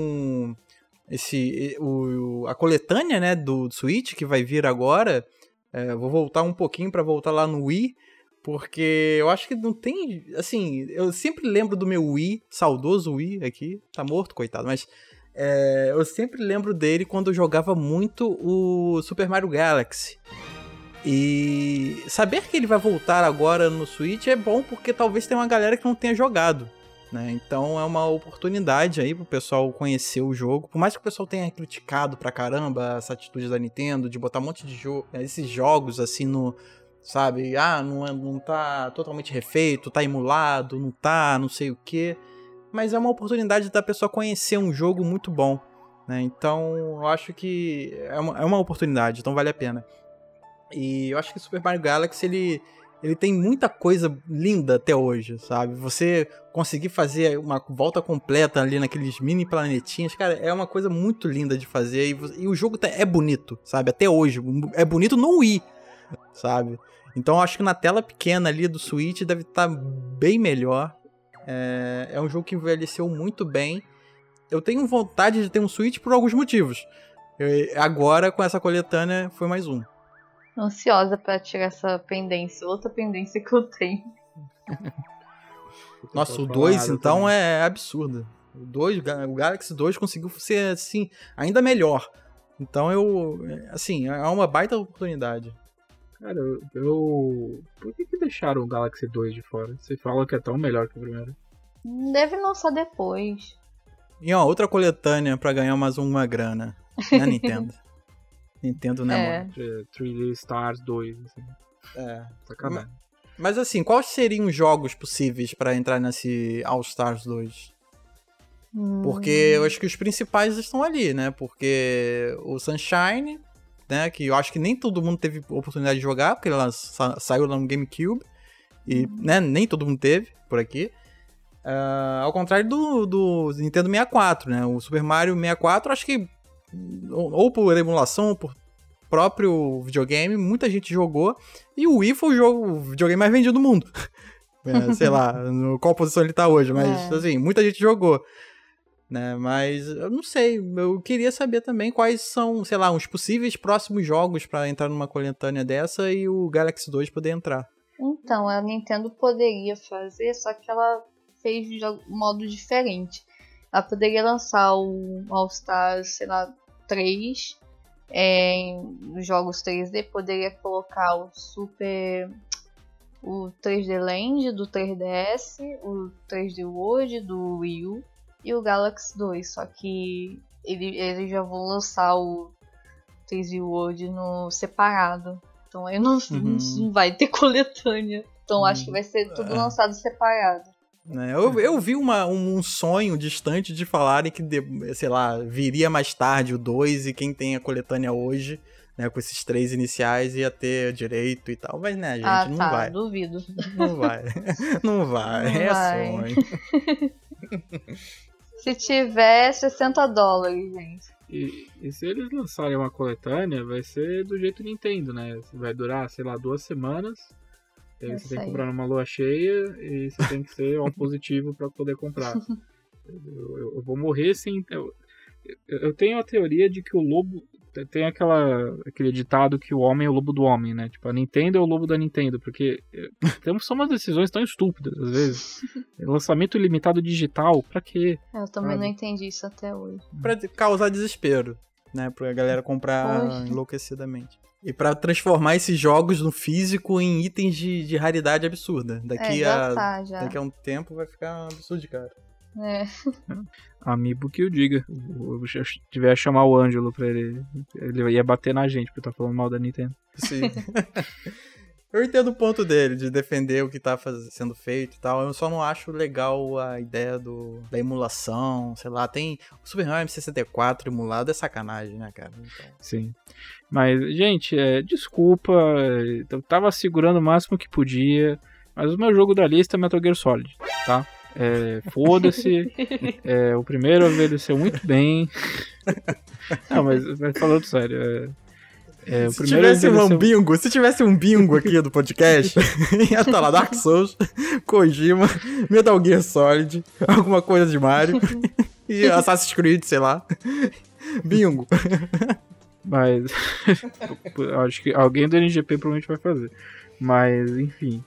a coletânea, né, do Switch que vai vir agora. Vou voltar um pouquinho pra voltar lá no Wii, porque eu acho que não tem, assim, eu sempre lembro do meu Wii, saudoso Wii aqui, tá morto, coitado, mas eu sempre lembro dele quando eu jogava muito o Super Mario Galaxy. E saber que ele vai voltar agora no Switch é bom porque talvez tenha uma galera que não tenha jogado, né? Então é uma oportunidade aí pro pessoal conhecer o jogo. Por mais que o pessoal tenha criticado pra caramba essa atitude da Nintendo de botar um monte de esses jogos assim no... Sabe, não tá totalmente refeito, tá emulado, não sei o que. Mas é uma oportunidade da pessoa conhecer um jogo muito bom, né? Então, eu acho que é uma oportunidade, então vale a pena. E eu acho que o Super Mario Galaxy, ele tem muita coisa linda até hoje, sabe? Você conseguir fazer uma volta completa ali naqueles mini planetinhas, cara, é uma coisa muito linda de fazer. E o jogo é bonito, sabe? Até hoje. É bonito no Wii, sabe? Então eu acho que na tela pequena ali do Switch deve estar bem melhor. É um jogo que envelheceu muito bem. Eu tenho vontade de ter um Switch por alguns motivos. Agora, com essa coletânea, foi mais um.
Ansiosa pra tirar essa pendência. Outra pendência que eu tenho.
Nossa, o 2 então também. É absurdo. O Galaxy 2 conseguiu ser assim, ainda melhor. Então assim, é uma baita oportunidade.
Cara, por que deixaram o Galaxy 2 de fora? Você fala que é tão melhor que o primeiro.
Deve lançar depois.
E outra coletânea pra ganhar mais uma grana. Na Nintendo. Nintendo, né, mano?
3D Stars 2, assim. Sacanagem.
Mas assim, quais seriam os jogos possíveis pra entrar nesse All Stars 2? Porque eu acho que os principais estão ali, né? Porque o Sunshine... né, que eu acho que nem todo mundo teve oportunidade de jogar, porque ela saiu lá no GameCube, e né, nem todo mundo teve por aqui. Ao contrário do Nintendo 64, né, o Super Mario 64, acho que ou por emulação, ou por próprio videogame, muita gente jogou, e o Wii foi o videogame mais vendido do mundo. Sei lá, qual posição ele tá hoje, mas assim, muita gente jogou. Né, mas eu não sei, eu queria saber também quais são, sei lá, os possíveis próximos jogos pra entrar numa coletânea dessa e o Galaxy 2 poder entrar.
Então, a Nintendo poderia fazer, só que ela fez de modo diferente. Ela poderia lançar o All Stars, sei lá, 3 nos jogos 3D, poderia colocar o 3D Land do 3DS, o 3D World do Wii U e o Galaxy 2, só que eles já vão lançar o 3D World no separado, então aí não vai ter coletânea, então acho que vai ser tudo lançado separado.
Eu vi um sonho distante de falarem que, sei lá, viria mais tarde o 2 e quem tem a coletânea hoje, né, com esses 3 iniciais ia ter direito e tal, mas né, gente, não vai.
Duvido.
Não vai, não vai,
não
é
vai.
sonho.
Se tiver $60, gente.
E se eles lançarem uma coletânea, vai ser do jeito Nintendo, né? Vai durar, sei lá, 2 semanas. Aí você tem que comprar numa lua cheia e você tem que ser O positivo pra poder comprar. Eu vou morrer sem... Eu tenho a teoria de que o lobo... Tem aquele ditado que o homem é o lobo do homem, né? Tipo, a Nintendo é o lobo da Nintendo, porque são umas decisões tão estúpidas, às vezes. Lançamento ilimitado digital, pra quê?
Eu também não entendi isso até hoje.
Pra causar desespero, né? Pra galera comprar enlouquecidamente. E pra transformar esses jogos no físico em itens de raridade absurda. Daqui a um tempo vai ficar um absurdo de cara.
Amiibo que eu diga. Se tiver a chamar o Ângelo pra ele ia bater na gente por estar falando mal da Nintendo. Sim.
Eu entendo o ponto dele, de defender o que tá sendo feito e tal. Eu só não acho legal a ideia da emulação, sei lá. Tem o Super Mario 64 emulado, é sacanagem, né, cara? Então...
Sim. Mas, gente, desculpa. Eu tava segurando o máximo que podia. Mas o meu jogo da lista é Metal Gear Solid, tá? Foda-se. O primeiro envelheceu muito bem. Não, mas falando sério.
Se tivesse um bingo aqui do podcast, ia estar lá Dark Souls, Kojima, Metal Gear Solid, alguma coisa de Mario e Assassin's Creed, sei lá. Bingo.
Mas acho que alguém do NGP provavelmente vai fazer. Mas, enfim.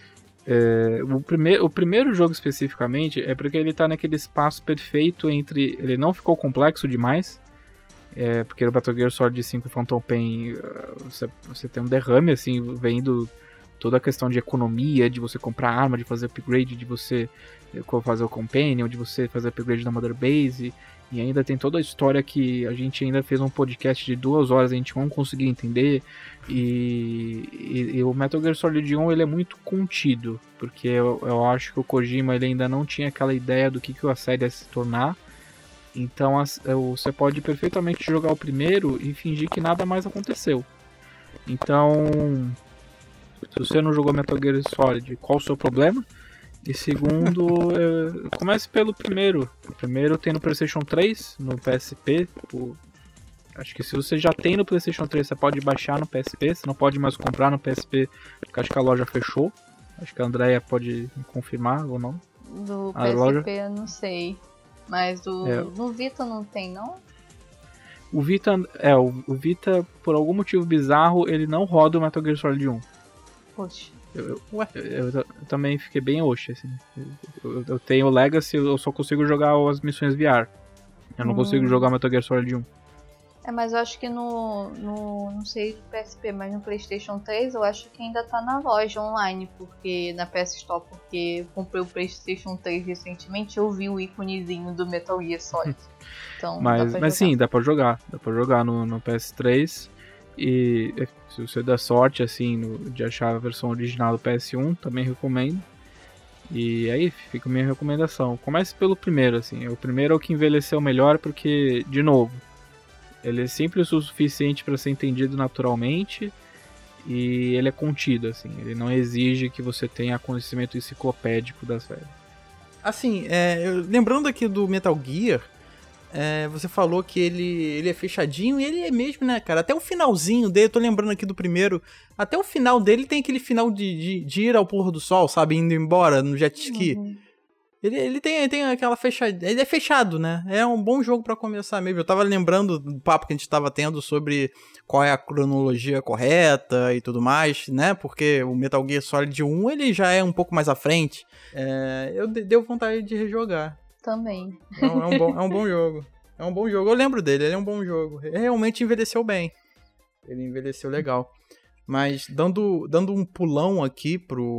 O primeiro jogo especificamente é porque ele tá naquele espaço perfeito entre... Ele não ficou complexo demais, porque no Metal Gear Solid 5 Phantom Pain você tem um derrame, assim, vendo toda a questão de economia, de você comprar arma, de fazer upgrade, de você fazer o Companion, de você fazer upgrade da Mother Base, e ainda tem toda a história que a gente ainda fez um podcast de 2 horas, a gente não conseguiu entender, e o Metal Gear Solid 1 ele é muito contido, porque eu acho que o Kojima ele ainda não tinha aquela ideia do que a série ia se tornar, então você pode perfeitamente jogar o primeiro e fingir que nada mais aconteceu. Então, se você não jogou Metal Gear Solid, qual o seu problema? E segundo, comece pelo primeiro. O primeiro tem no PlayStation 3, no PSP. Acho que se você já tem no PlayStation 3, você pode baixar no PSP. Você não pode mais comprar no PSP, porque acho que a loja fechou. Acho que a Andrea pode me confirmar ou não.
Do PSP eu não sei. Mas no Vita não tem, não?
O Vita, o Vita, por algum motivo bizarro, ele não roda o Metal Gear Solid 1.
Poxa.
Eu também fiquei bem oxe, assim. Eu tenho o Legacy, eu só consigo jogar as missões VR. Eu não consigo jogar Metal Gear Solid 1.
Mas eu acho que não sei do PSP, mas no PlayStation 3 eu acho que ainda tá na loja online, porque na PS Store, porque eu comprei o PlayStation 3 recentemente, eu vi o íconezinho do Metal Gear Solid. Então,
mas sim, dá pra jogar no PS3. E se você der sorte assim de achar a versão original do PS1, também recomendo. E aí fica a minha recomendação. Comece pelo primeiro, assim. O primeiro é o que envelheceu melhor, porque, de novo, ele é simples o suficiente para ser entendido naturalmente e ele é contido, assim. Ele não exige que você tenha conhecimento enciclopédico da série.
Assim, lembrando aqui do Metal Gear, você falou que ele é fechadinho, e ele é mesmo, né, cara? Até o finalzinho dele, eu tô lembrando aqui do primeiro, até o final dele tem aquele final de ir ao pôr do sol, sabe? Indo embora no jet ski. Uhum. Ele tem aquela fechadinha. Ele é fechado, né? É um bom jogo pra começar mesmo. Eu tava lembrando do papo que a gente tava tendo sobre qual é a cronologia correta e tudo mais, né? Porque o Metal Gear Solid 1, ele já é um pouco mais à frente. Deu vontade de rejogar.
Também.
É um bom jogo. É um bom jogo. Eu lembro dele, ele é um bom jogo. Ele realmente envelheceu bem. Ele envelheceu legal. Mas dando um pulão aqui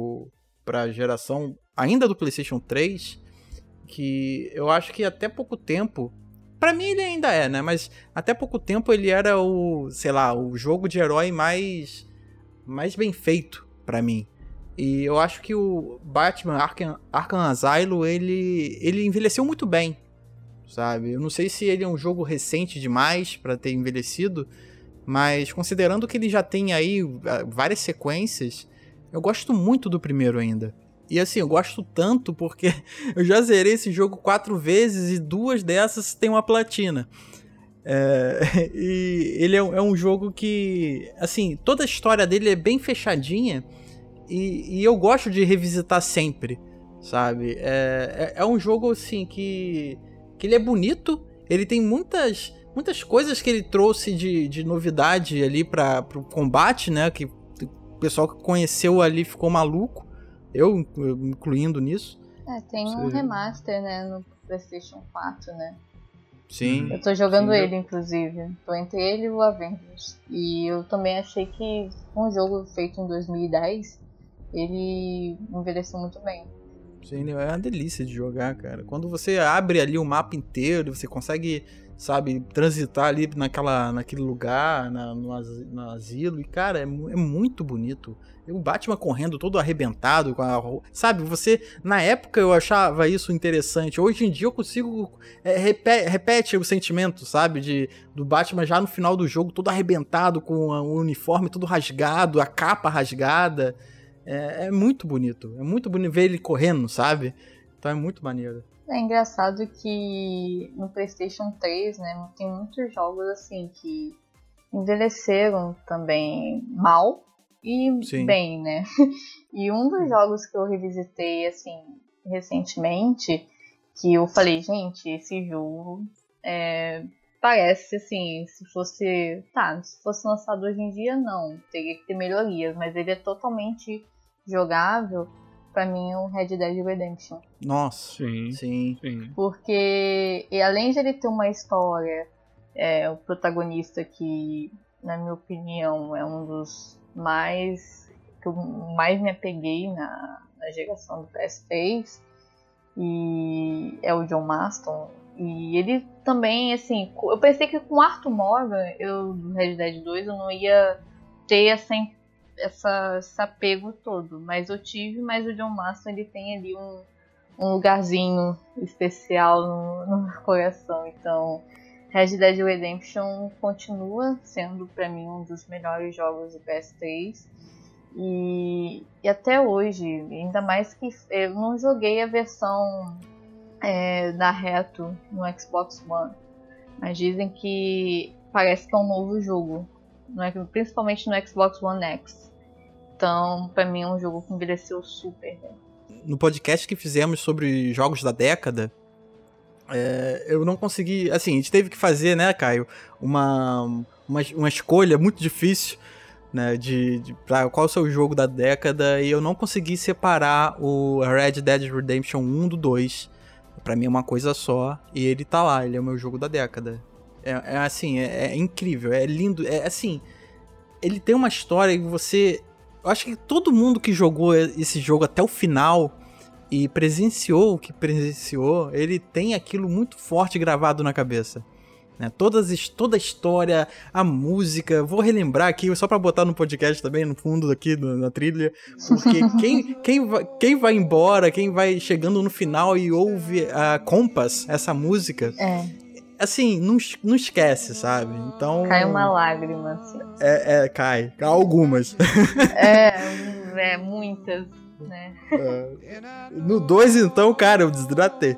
pra geração ainda do PlayStation 3, que eu acho que até pouco tempo, pra mim ele ainda é, né? Mas até pouco tempo ele era o jogo de herói mais bem feito pra mim. E eu acho que o Batman Arkham Asylum, ele envelheceu muito bem, sabe? Eu não sei se ele é um jogo recente demais pra ter envelhecido, mas considerando que ele já tem aí várias sequências, eu gosto muito do primeiro ainda. E assim, eu gosto tanto porque eu já zerei esse jogo 4 vezes e 2 dessas tem uma platina. E ele é um jogo que, assim, toda a história dele é bem fechadinha e eu gosto de revisitar sempre, sabe? É um jogo, assim, que ele é bonito, ele tem muitas coisas que ele trouxe de novidade ali pro combate, né? Que o pessoal que conheceu ali ficou maluco, eu incluindo nisso.
Tem um remaster, né, no PlayStation 4, né?
Sim.
Eu tô jogando ele, inclusive. Tô entre ele e o Avengers. E eu também achei que um jogo feito em 2010, ele envelheceu muito bem.
Sim, é uma delícia de jogar, cara. Quando você abre ali o mapa inteiro, você consegue, sabe, transitar ali naquele lugar, no asilo. E, cara, é muito bonito. O Batman correndo todo arrebentado, sabe? Você, na época eu achava isso interessante. Hoje em dia eu consigo... repete o sentimento, sabe? Do Batman já no final do jogo, todo arrebentado, com o uniforme todo rasgado, a capa rasgada. É muito bonito. É muito bonito ver ele correndo, sabe? Então é muito maneiro.
É engraçado que no PlayStation 3, né, tem muitos jogos assim que envelheceram também mal e
Sim.
bem, né? E um dos jogos que eu revisitei assim recentemente, que eu falei, gente, esse jogo parece assim, se fosse lançado hoje em dia, não, teria que ter melhorias, mas ele é totalmente jogável. Pra mim, o Red Dead Redemption.
Nossa, sim.
Porque, e além de ele ter uma história, o protagonista que, na minha opinião, é um dos que eu mais me apeguei na geração do PS3, e é o John Marston. E ele também, assim, eu pensei que com Arthur Morgan, do Red Dead 2, eu não ia ter esse apego todo, mas eu tive, mas o John Marston, ele tem ali um lugarzinho especial no meu coração. Então Red Dead Redemption continua sendo pra mim um dos melhores jogos do PS3 e até hoje, ainda mais que eu não joguei a versão da Retro no Xbox One, mas dizem que parece que é um novo jogo, principalmente no Xbox One X. Então, pra mim é um jogo que envelheceu super bem.
No podcast que fizemos sobre jogos da década, eu não consegui... Assim, a gente teve que fazer, né, Caio, uma escolha muito difícil, né, pra qual é o seu jogo da década, e eu não consegui separar o Red Dead Redemption 1 do 2. Pra mim é uma coisa só, e ele tá lá, ele é o meu jogo da década. Assim, é incrível, é lindo, assim... Ele tem uma história que você... Eu acho que todo mundo que jogou esse jogo até o final e presenciou o que presenciou, ele tem aquilo muito forte gravado na cabeça, né? Toda a história, a música, vou relembrar aqui, só pra botar no podcast também, no fundo aqui, na trilha, porque quem vai embora, quem vai chegando no final e ouve a Compass, essa música... Assim, não esquece, sabe? Então...
Cai uma lágrima, assim.
Cai algumas.
Muitas, né?
No 2, então, cara, eu desidratei.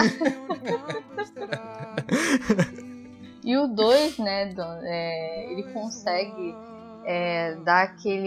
E o 2, né, ele consegue dar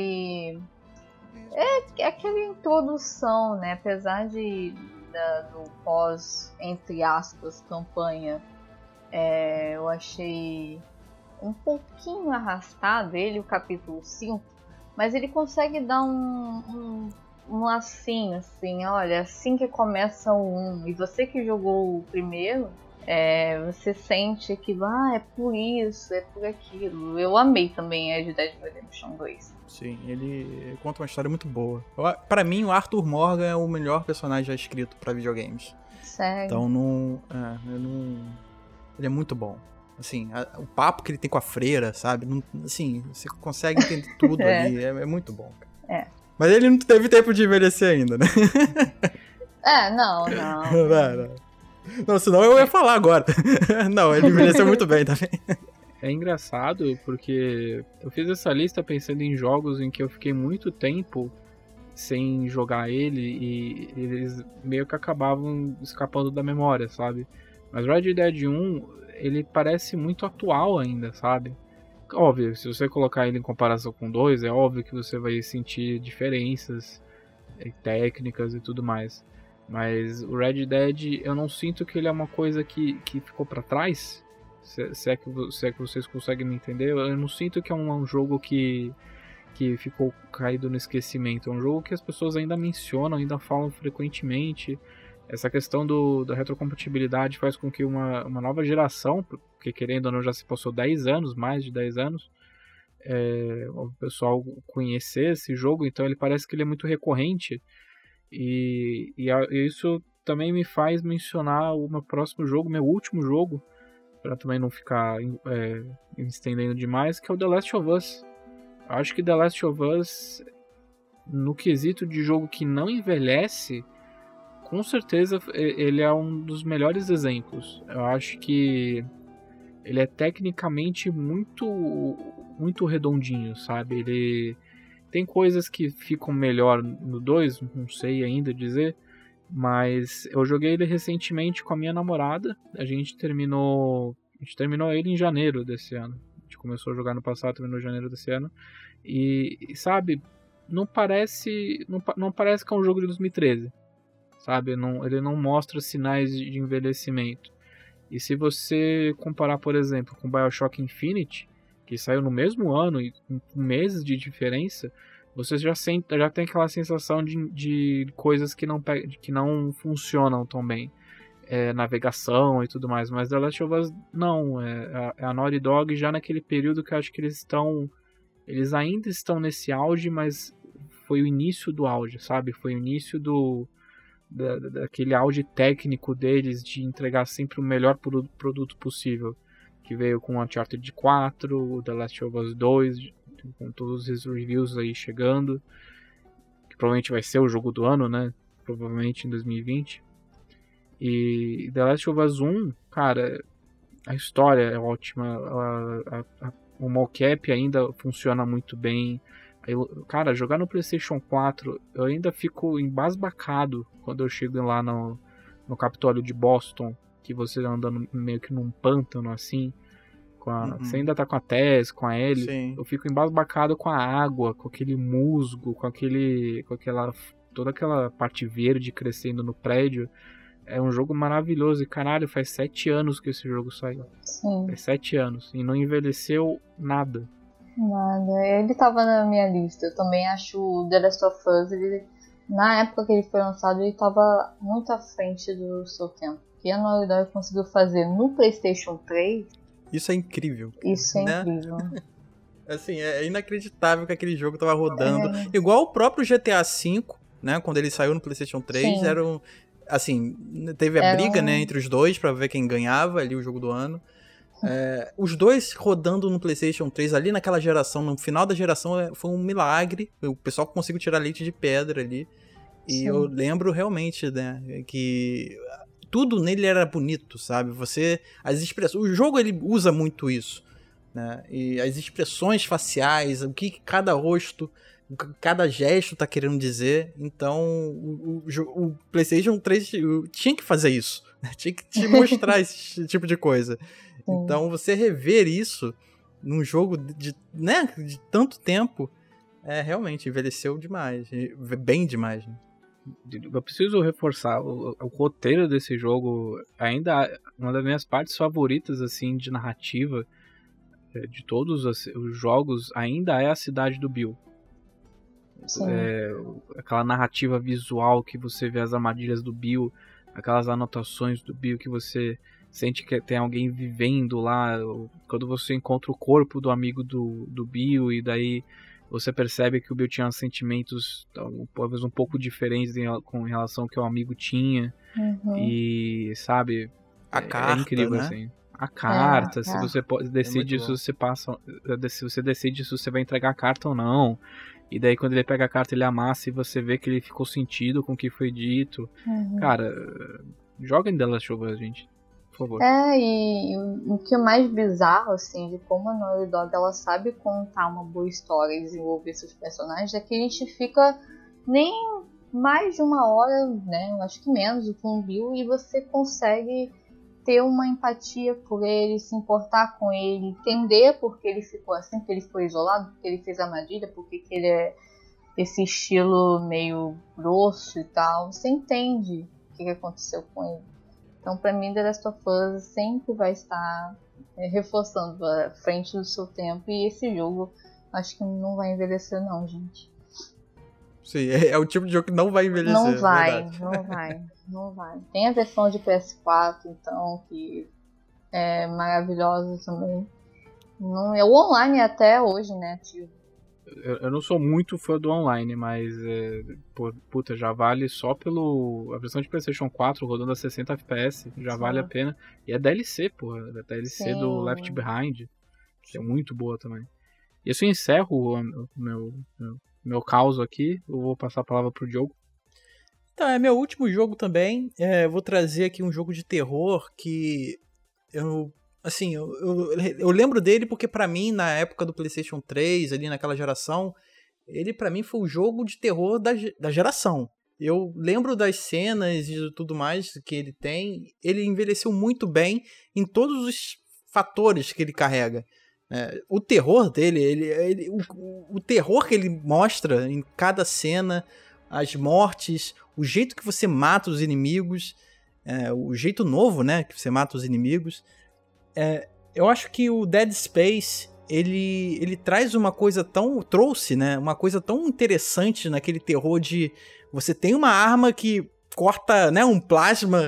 aquela introdução, né? Apesar do pós, entre aspas, campanha, eu achei um pouquinho arrastado ele, o capítulo 5, mas ele consegue dar um lacinho, assim, olha, assim que começa o 1, e você que jogou o primeiro, você sente aquilo, é por isso, é por aquilo. Eu amei também a Red Dead Redemption 2.
Sim, ele conta uma história muito boa. Pra mim, o Arthur Morgan é o melhor personagem já escrito pra videogames.
Sério?
Então, ele é muito bom. Assim, o papo que ele tem com a freira, sabe? Assim, você consegue entender tudo ali. É muito bom, cara. Mas ele não teve tempo de envelhecer ainda, né?
Não.
Não, senão eu ia falar agora. Não, ele envelheceu muito bem também.
É engraçado porque eu fiz essa lista pensando em jogos em que eu fiquei muito tempo sem jogar ele e eles meio que acabavam escapando da memória, sabe? Mas Red Dead 1, ele parece muito atual ainda, sabe? Óbvio, se você colocar ele em comparação com 2, é óbvio que você vai sentir diferenças técnicas e tudo mais. Mas o Red Dead, eu não sinto que ele é uma coisa que ficou pra trás. Se é que vocês conseguem me entender, eu não sinto que é um jogo que ficou caído no esquecimento. É um jogo que as pessoas ainda mencionam, ainda falam frequentemente. Essa questão da retrocompatibilidade faz com que uma nova geração, porque querendo ou não já se passou 10 anos, mais de 10 anos, o pessoal conhecer esse jogo, então ele parece que ele é muito recorrente. E isso também me faz mencionar o meu próximo jogo, meu último jogo, para também não ficar me estendendo demais, que é o The Last of Us. Acho que The Last of Us, no quesito de jogo que não envelhece, com certeza ele é um dos melhores exemplos. Eu acho que ele é tecnicamente muito redondinho, sabe? Ele tem coisas que ficam melhor no 2, não sei ainda dizer, mas eu joguei ele recentemente com a minha namorada. A gente terminou ele em janeiro desse ano. A gente começou a jogar no passado, terminou em janeiro desse ano. E sabe, não parece que é um jogo de 2013. Sabe, ele não mostra sinais de envelhecimento. E se você comparar, por exemplo, com BioShock Infinite, que saiu no mesmo ano e com meses de diferença, você já tem aquela sensação de coisas que não funcionam tão bem. Navegação e tudo mais. Mas The Last of Us não. É a Naughty Dog já naquele período que eu acho que eles ainda estão nesse auge, mas foi o início do auge, sabe? Foi o início daquele auge técnico deles de entregar sempre o melhor produto possível, que veio com o Uncharted 4, o The Last of Us 2, com todos os reviews aí chegando, que provavelmente vai ser o jogo do ano, né? Provavelmente em 2020. E The Last of Us 1, cara, a história é ótima, o mocap ainda funciona muito bem. Cara, jogar no PlayStation 4, eu ainda fico embasbacado quando eu chego lá no Capitólio de Boston, que você anda meio que num pântano assim, você ainda tá com a Tess, com a Ellie. Sim. Eu fico embasbacado com a água, com aquele musgo, toda aquela parte verde crescendo no prédio. É um jogo maravilhoso e caralho, faz 7 anos que esse jogo saiu.
Sim.
Faz 7 anos e não envelheceu nada.
Nada, ele tava na minha lista. Eu também acho o The Last of Us, na época que ele foi lançado, ele tava muito à frente do seu tempo. O que a Naughty Dog conseguiu fazer no PlayStation 3...
Isso é incrível.
Isso é incrível.
Assim, é inacreditável que aquele jogo tava rodando. Igual o próprio GTA V, né? Quando ele saiu no PlayStation 3, assim, teve a briga, né, entre os dois pra ver quem ganhava ali o jogo do ano. Os dois rodando no PlayStation 3 ali naquela geração, no final da geração, foi um milagre. O pessoal conseguiu tirar leite de pedra ali. E eu lembro realmente, né, que tudo nele era bonito, sabe? As expressões, o jogo ele usa muito isso, né? E as expressões faciais, o que cada rosto, cada gesto tá querendo dizer. Então, o PlayStation 3 tinha que fazer isso, né? Tinha que te mostrar esse tipo de coisa. Então, você rever isso num jogo de tanto tempo, realmente envelheceu demais, bem demais, né?
Eu preciso reforçar, o roteiro desse jogo ainda uma das minhas partes favoritas assim de narrativa de todos os jogos ainda é a cidade do Bill. Aquela narrativa visual que você vê as armadilhas do Bill, aquelas anotações do Bill que você sente que tem alguém vivendo lá, quando você encontra o corpo do amigo do Bill e daí você percebe que o Bill tinha sentimentos talvez um pouco diferentes com relação ao que o amigo tinha. E sabe,
a carta,
incrível,
né?
Assim. A carta, se você decide se você decide se você vai entregar a carta ou não. E daí quando ele pega a carta ele amassa e você vê que ele ficou sentido com o que foi dito. Cara, joga em The Last of Us, gente. Por favor.
E o que é mais bizarro, assim, de como a Naughty Dog ela sabe contar uma boa história e desenvolver seus personagens, é que a gente fica nem mais de 1 hora, né, eu acho que menos, com o Bill, e você consegue ter uma empatia por ele, se importar com ele, entender por que ele ficou assim, porque ele ficou isolado, porque ele fez armadilha, porque ele é esse estilo meio grosso e tal. Você entende o que aconteceu com ele. Então, pra mim, The Last of Us sempre vai estar reforçando a frente do seu tempo. E esse jogo, acho que não vai envelhecer não, gente.
Sim, é o tipo de jogo que não vai envelhecer.
Não vai. Tem a versão de PS4, então, que é maravilhosa também. Não, o online até hoje, né, ativo.
Eu não sou muito fã do online, mas puta, já vale só a versão de PlayStation 4 rodando a 60 FPS, já Sim. vale a pena. E é DLC, porra, é DLC Sim. do Left Behind, que é muito boa também. E assim eu encerro o meu caos aqui, eu vou passar a palavra pro Diogo.
Então, é meu último jogo também, vou trazer aqui um jogo de terror que eu lembro dele porque pra mim, na época do PlayStation 3, ali naquela geração, ele pra mim foi o jogo de terror da geração. Eu lembro das cenas e tudo mais que ele tem, ele envelheceu muito bem em todos os fatores que ele carrega. O terror dele, o terror que ele mostra em cada cena, as mortes, o jeito que você mata os inimigos, o jeito novo, né, que você mata os inimigos. Eu acho que o Dead Space, ele traz uma coisa trouxe, né, uma coisa tão interessante naquele terror de você tem uma arma que corta, né, um plasma,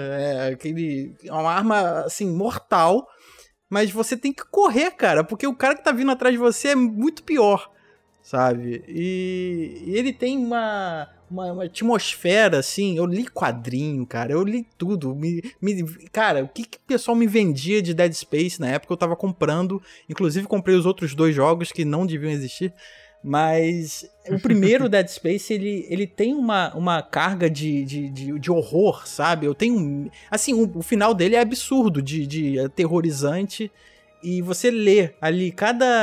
uma arma assim mortal, mas você tem que correr, cara, porque o cara que tá vindo atrás de você é muito pior, sabe? E ele tem uma atmosfera, assim, eu li quadrinho, cara, eu li tudo, cara, o que o pessoal me vendia de Dead Space na época, eu tava comprando, inclusive comprei os outros 2 jogos que não deviam existir, mas o primeiro Dead Space, ele tem uma carga de horror, sabe? Eu tenho, assim, o final dele é absurdo, de aterrorizante, e você lê ali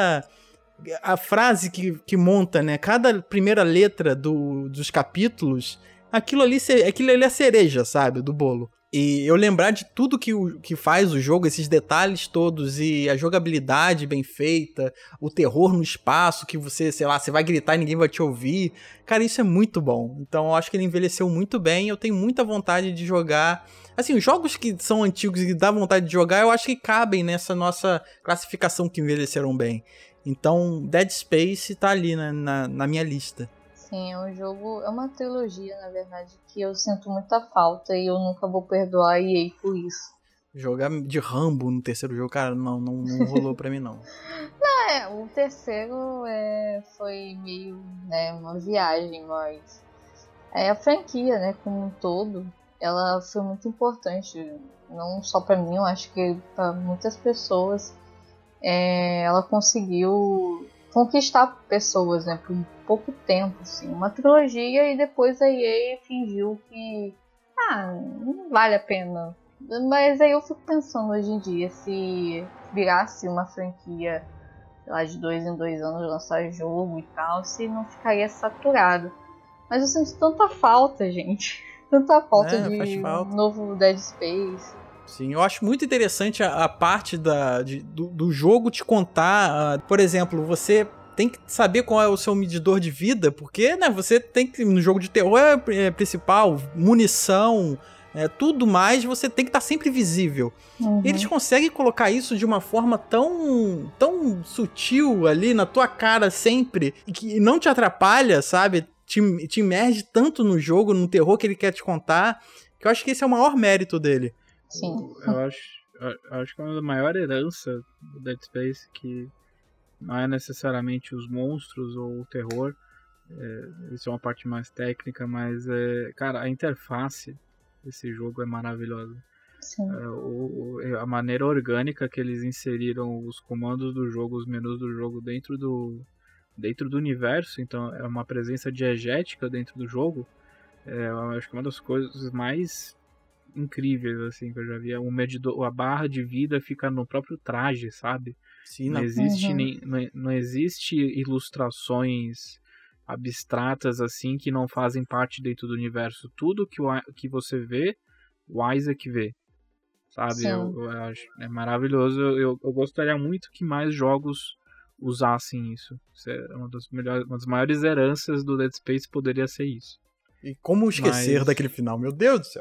a frase que monta, né? Cada primeira letra dos capítulos, aquilo ali é a cereja, sabe? Do bolo. E eu lembrar de tudo que faz o jogo, esses detalhes todos, e a jogabilidade bem feita, o terror no espaço, que você, sei lá, você vai gritar e ninguém vai te ouvir. Cara, isso é muito bom. Então eu acho que ele envelheceu muito bem, eu tenho muita vontade de jogar. Assim, os jogos que são antigos e dá vontade de jogar, eu acho que cabem nessa nossa classificação que envelheceram bem. Então, Dead Space tá ali na minha lista.
Sim, é um jogo, é uma trilogia, na verdade, que eu sinto muita falta e eu nunca vou perdoar a EA por isso.
Jogar de Rambo no terceiro jogo, cara, não rolou pra mim, não.
Não, o terceiro foi meio, né, uma viagem, mas a franquia, né, como um todo, ela foi muito importante, não só pra mim, eu acho que pra muitas pessoas. Ela conseguiu conquistar pessoas, né, por pouco tempo, assim, uma trilogia, e depois a EA fingiu que não vale a pena. Mas aí eu fico pensando hoje em dia, se virasse uma franquia, sei lá, de 2 em 2 anos lançar jogo e tal, se não ficaria saturado. Mas eu sinto tanta falta, gente, tanta falta de um novo Dead Space.
Sim, eu acho muito interessante a parte do jogo te contar, por exemplo, você tem que saber qual é o seu medidor de vida, porque, né, você tem que, no jogo de terror principal, munição, tudo mais, você tem que estar sempre visível. Uhum. Eles conseguem colocar isso de uma forma tão sutil ali na tua cara sempre, que não te atrapalha, sabe? Te imerge tanto no jogo, no terror que ele quer te contar, que eu acho que esse é o maior mérito dele.
Sim.
Eu acho que a maior herança do Dead Space, que não é necessariamente os monstros ou o terror, isso é uma parte mais técnica, mas cara, a interface desse jogo é maravilhosa.
Sim.
A maneira orgânica que eles inseriram os comandos do jogo, os menus do jogo dentro do universo, então é uma presença diegética dentro do jogo. Eu acho que é uma das coisas mais incríveis assim que eu já vi. O medidor, a barra de vida fica no próprio traje, sabe?
Sim,
não existe não existe ilustrações abstratas assim que não fazem parte dentro do universo. Tudo que você vê, o Isaac vê. sabe? Eu acho é maravilhoso. Eu gostaria muito que mais jogos usassem isso. Isso é uma das maiores heranças do Dead Space, poderia ser isso.
E como esquecer daquele final, meu Deus do céu.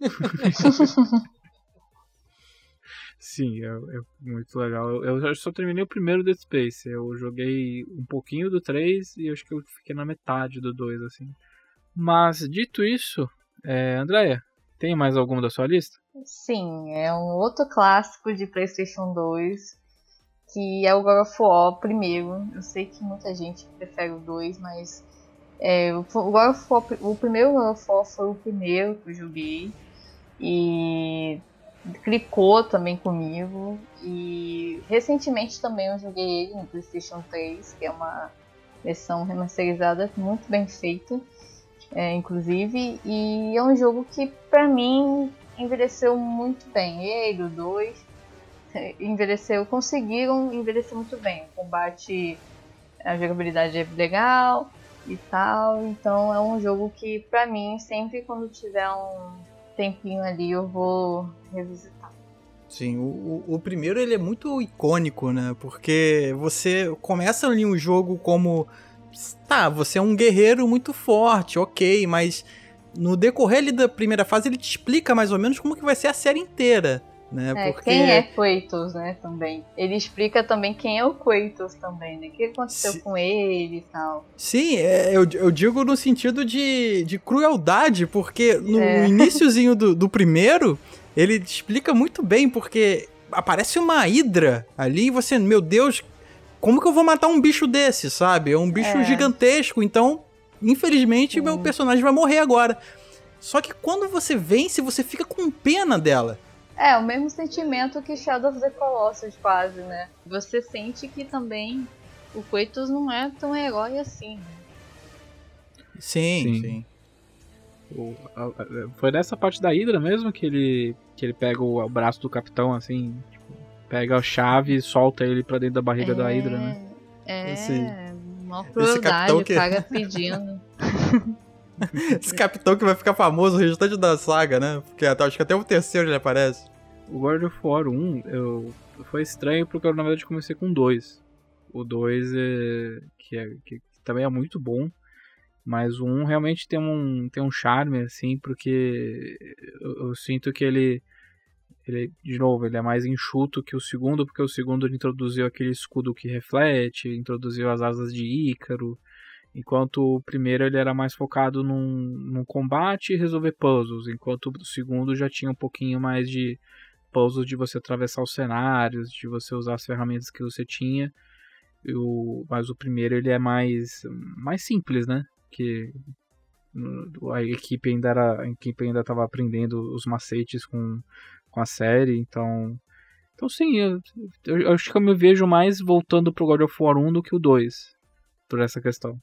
Sim, é muito legal. Eu só terminei o primeiro Dead Space. Eu joguei um pouquinho do 3 e acho que eu fiquei na metade do 2, assim. Mas, dito isso, Andréia, tem mais algum da sua lista?
Sim, é um outro clássico de PlayStation 2, que é o God of War primeiro. Eu sei que muita gente prefere o 2, mas o God of War, o primeiro God of War foi o primeiro que eu joguei. E clicou também comigo. E recentemente também eu joguei ele no PlayStation 3, que é uma versão remasterizada muito bem feita, inclusive. E é um jogo que pra mim envelheceu muito bem. Ele, o 2, conseguiram envelhecer muito bem. O combate, a jogabilidade é legal e tal. Então é um jogo que pra mim, sempre quando tiver um tempinho ali, eu vou revisitar.
Sim, o primeiro ele é muito icônico, né? Porque você começa ali um jogo como... Tá, você é um guerreiro muito forte, ok, mas no decorrer ali da primeira fase ele te explica mais ou menos como que vai ser a série inteira, né? Porque...
Quem é Kratos, né, também. Ele explica também quem é o Kratos também, né? O que aconteceu com ele e tal.
Sim, eu digo no sentido de crueldade, porque no iniciozinho do primeiro, ele explica muito bem, porque aparece uma hidra ali e você, meu Deus, como que eu vou matar um bicho desse, sabe? É um bicho gigantesco, então, infelizmente, meu personagem vai morrer agora. Só que quando você vence, você fica com pena dela.
É, o mesmo sentimento que Shadow of the Colossus, quase, né? Você sente que também o Kratos não é tão herói assim, né?
Sim.
Foi nessa parte da Hydra mesmo que ele pega o braço do capitão, assim, tipo, pega a chave e solta ele pra dentro da barriga da Hydra, né?
Uma crueldade, o cara pedindo.
Esse capitão que vai ficar famoso o restante da saga, né? Porque acho que até o terceiro ele aparece.
O God of War 1 foi estranho porque eu na verdade comecei com 2. O 2 que também é muito bom, mas o 1 realmente tem um charme, assim, porque eu sinto que ele, de novo, ele é mais enxuto que o segundo, porque o segundo ele introduziu aquele escudo que reflete, introduziu as asas de Ícaro, enquanto o primeiro ele era mais focado num combate e resolver puzzles, enquanto o segundo já tinha um pouquinho mais de puzzles de você atravessar os cenários, de você usar as ferramentas que você tinha, mas o primeiro ele é mais simples, né? Que a equipe ainda estava aprendendo os macetes com a série, então sim, eu acho que eu me vejo mais voltando pro God of War 1 do que o 2, por essa questão.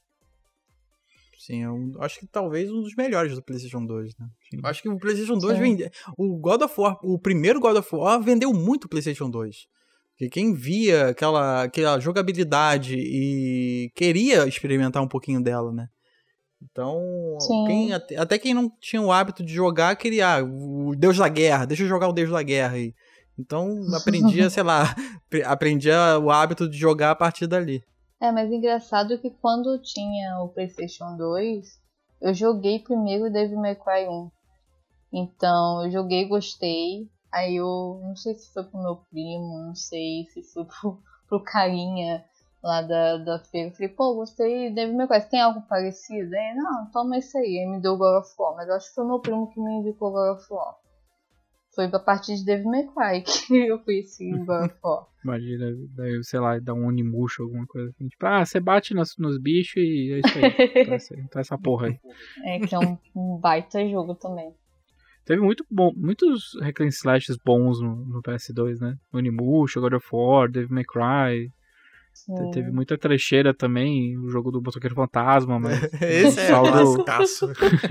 Sim, eu acho que talvez um dos melhores do PlayStation 2, né? Sim. Acho que o PlayStation 2 vendeu... O primeiro God of War vendeu muito o PlayStation 2. Porque quem via aquela jogabilidade e queria experimentar um pouquinho dela, né? Então, até quem não tinha o hábito de jogar, queria o Deus da Guerra, deixa eu jogar o Deus da Guerra aí. Então, aprendia, aprendia o hábito de jogar a partir dali.
Mas engraçado que quando tinha o PlayStation 2, eu joguei primeiro o Devil May Cry 1. Então, eu joguei e gostei. Aí eu não sei se foi pro meu primo, não sei se foi pro carinha lá da feira. Eu falei, gostei de Devil May Cry. Tem algo parecido? Aí, não, toma isso aí. Aí me deu o God of War. Mas eu acho que foi meu primo que me indicou o God of War. Foi a partir de Devil May Cry que eu conheci o God of War.
Imagina, daí, sei lá, dá um Onimusha, alguma coisa assim. Tipo, você bate nos bichos e é isso aí. Então essa porra aí.
Que é um baita jogo também.
Teve muitos hack and slashes bons no PS2, né? Onimusha, God of War, Devil May Cry. Sim. Teve muita trecheira também, o jogo do Motoqueiro Fantasma, mas...
Esse é o clássico.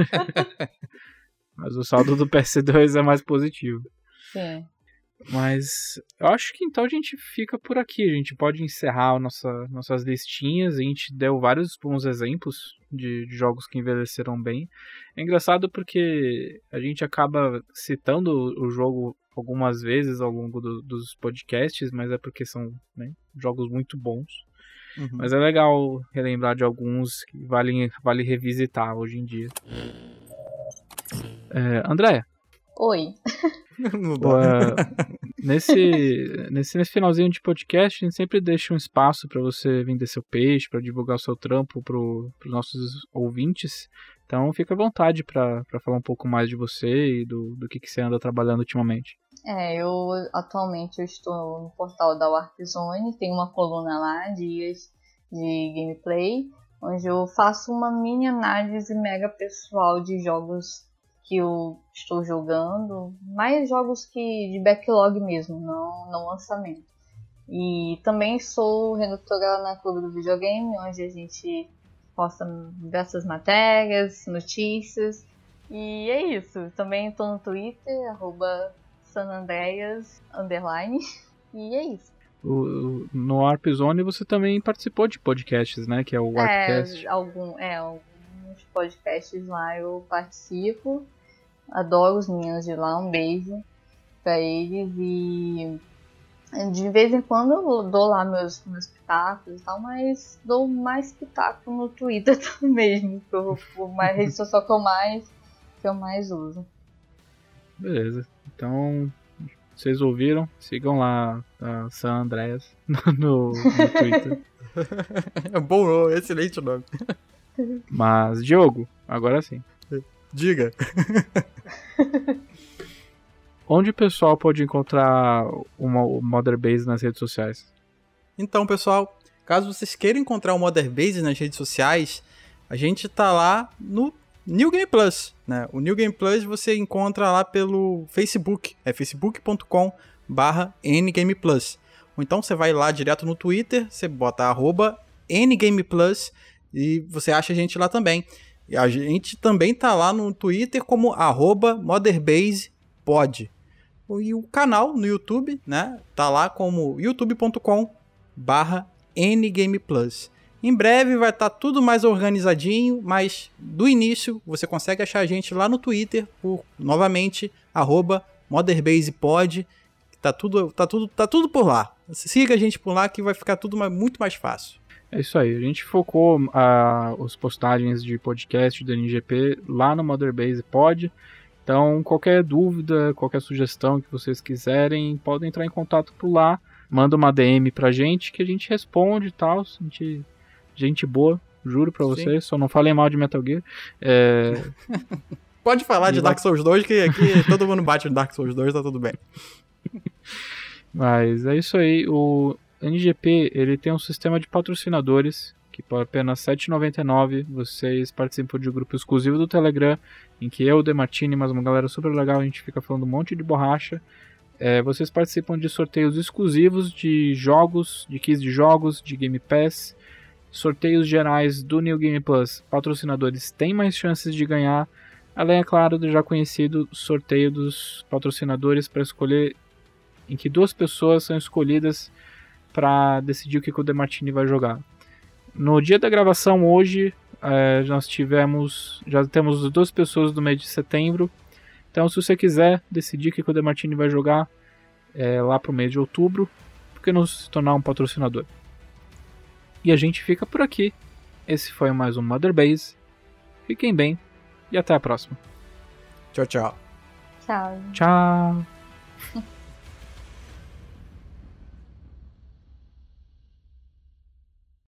Mas o saldo do PS2 é mais positivo.
Sim.
Mas eu acho que então a gente fica por aqui. A gente pode encerrar nossas listinhas. A gente deu vários bons exemplos de jogos que envelheceram bem. É engraçado porque a gente acaba citando o jogo algumas vezes ao longo dos podcasts, mas é porque são, né, jogos muito bons.
Uhum.
Mas é legal relembrar de alguns que vale revisitar hoje em dia. Andréia.
Oi.
Nesse finalzinho de podcast, a gente sempre deixa um espaço para você vender seu peixe, para divulgar o seu trampo para os nossos ouvintes. Então fica à vontade para falar um pouco mais de você e do que você anda trabalhando ultimamente.
Atualmente eu estou no portal da Warpzone, tem uma coluna lá, Dias de Gameplay, onde eu faço uma mini análise mega pessoal de jogos que eu estou jogando, mais jogos de backlog mesmo, não lançamento. E também sou redatora na Clube do Videogame, onde a gente posta diversas matérias, notícias. E é isso. Também estou no Twitter, @sanandreas_. E é isso.
No Warpzone você também participou de podcasts, né? Que é o Warpcast.
Alguns podcasts lá eu participo. Adoro os meninos de lá, um beijo pra eles. E de vez em quando eu dou lá meus pitacos e tal, mas dou mais pitaco no Twitter mesmo, a rede social que eu mais uso.
Beleza, então vocês ouviram, sigam lá a San Andreas no Twitter.
É bom, excelente nome.
Mas, Diogo, agora sim.
Diga.
Onde o pessoal pode encontrar o Mother Base nas redes sociais?
Então, pessoal, caso vocês queiram encontrar o Mother Base nas redes sociais, a gente tá lá no New Game Plus, né? O New Game Plus você encontra lá pelo Facebook, é facebook.com/ngameplus. Ou então você vai lá direto no Twitter, você bota @ngameplus e você acha a gente lá também. E a gente também tá lá no Twitter como @motherbasepod. E o canal no YouTube, né, tá lá como youtube.com/ngameplus. Em breve vai estar tudo mais organizadinho, mas do início você consegue achar a gente lá no Twitter por, novamente, @motherbasepod. Tá tudo por lá. Siga a gente por lá que vai ficar tudo muito mais fácil.
É isso aí, a gente focou as postagens de podcast do NGP lá no Mother Base Pod. Então, qualquer dúvida, qualquer sugestão que vocês quiserem, podem entrar em contato por lá. Manda uma DM pra gente que a gente responde e tal. Gente boa, juro pra vocês. Só não falem mal de Metal Gear.
Pode falar de Dark Souls 2, que aqui todo mundo bate no Dark Souls 2, tá tudo bem.
Mas é isso aí, o NGP ele tem um sistema de patrocinadores que por apenas R$ 7,99 vocês participam de um grupo exclusivo do Telegram, em que eu, o Demartini, mais uma galera super legal, a gente fica falando um monte de borracha. Vocês participam de sorteios exclusivos de jogos, de keys de jogos, de Game Pass, sorteios gerais do New Game Plus. Patrocinadores têm mais chances de ganhar, além, é claro, do já conhecido sorteio dos patrocinadores para escolher, em que 2 pessoas são escolhidas para decidir o que o Demartini vai jogar. No dia da gravação hoje, já temos 2 pessoas do mês de setembro. Então, se você quiser decidir o que o Demartini vai jogar lá pro mês de outubro, por que não se tornar um patrocinador? E a gente fica por aqui. Esse foi mais um Mother Base. Fiquem bem e até a próxima.
Tchau, tchau.
Tchau.
Tchau.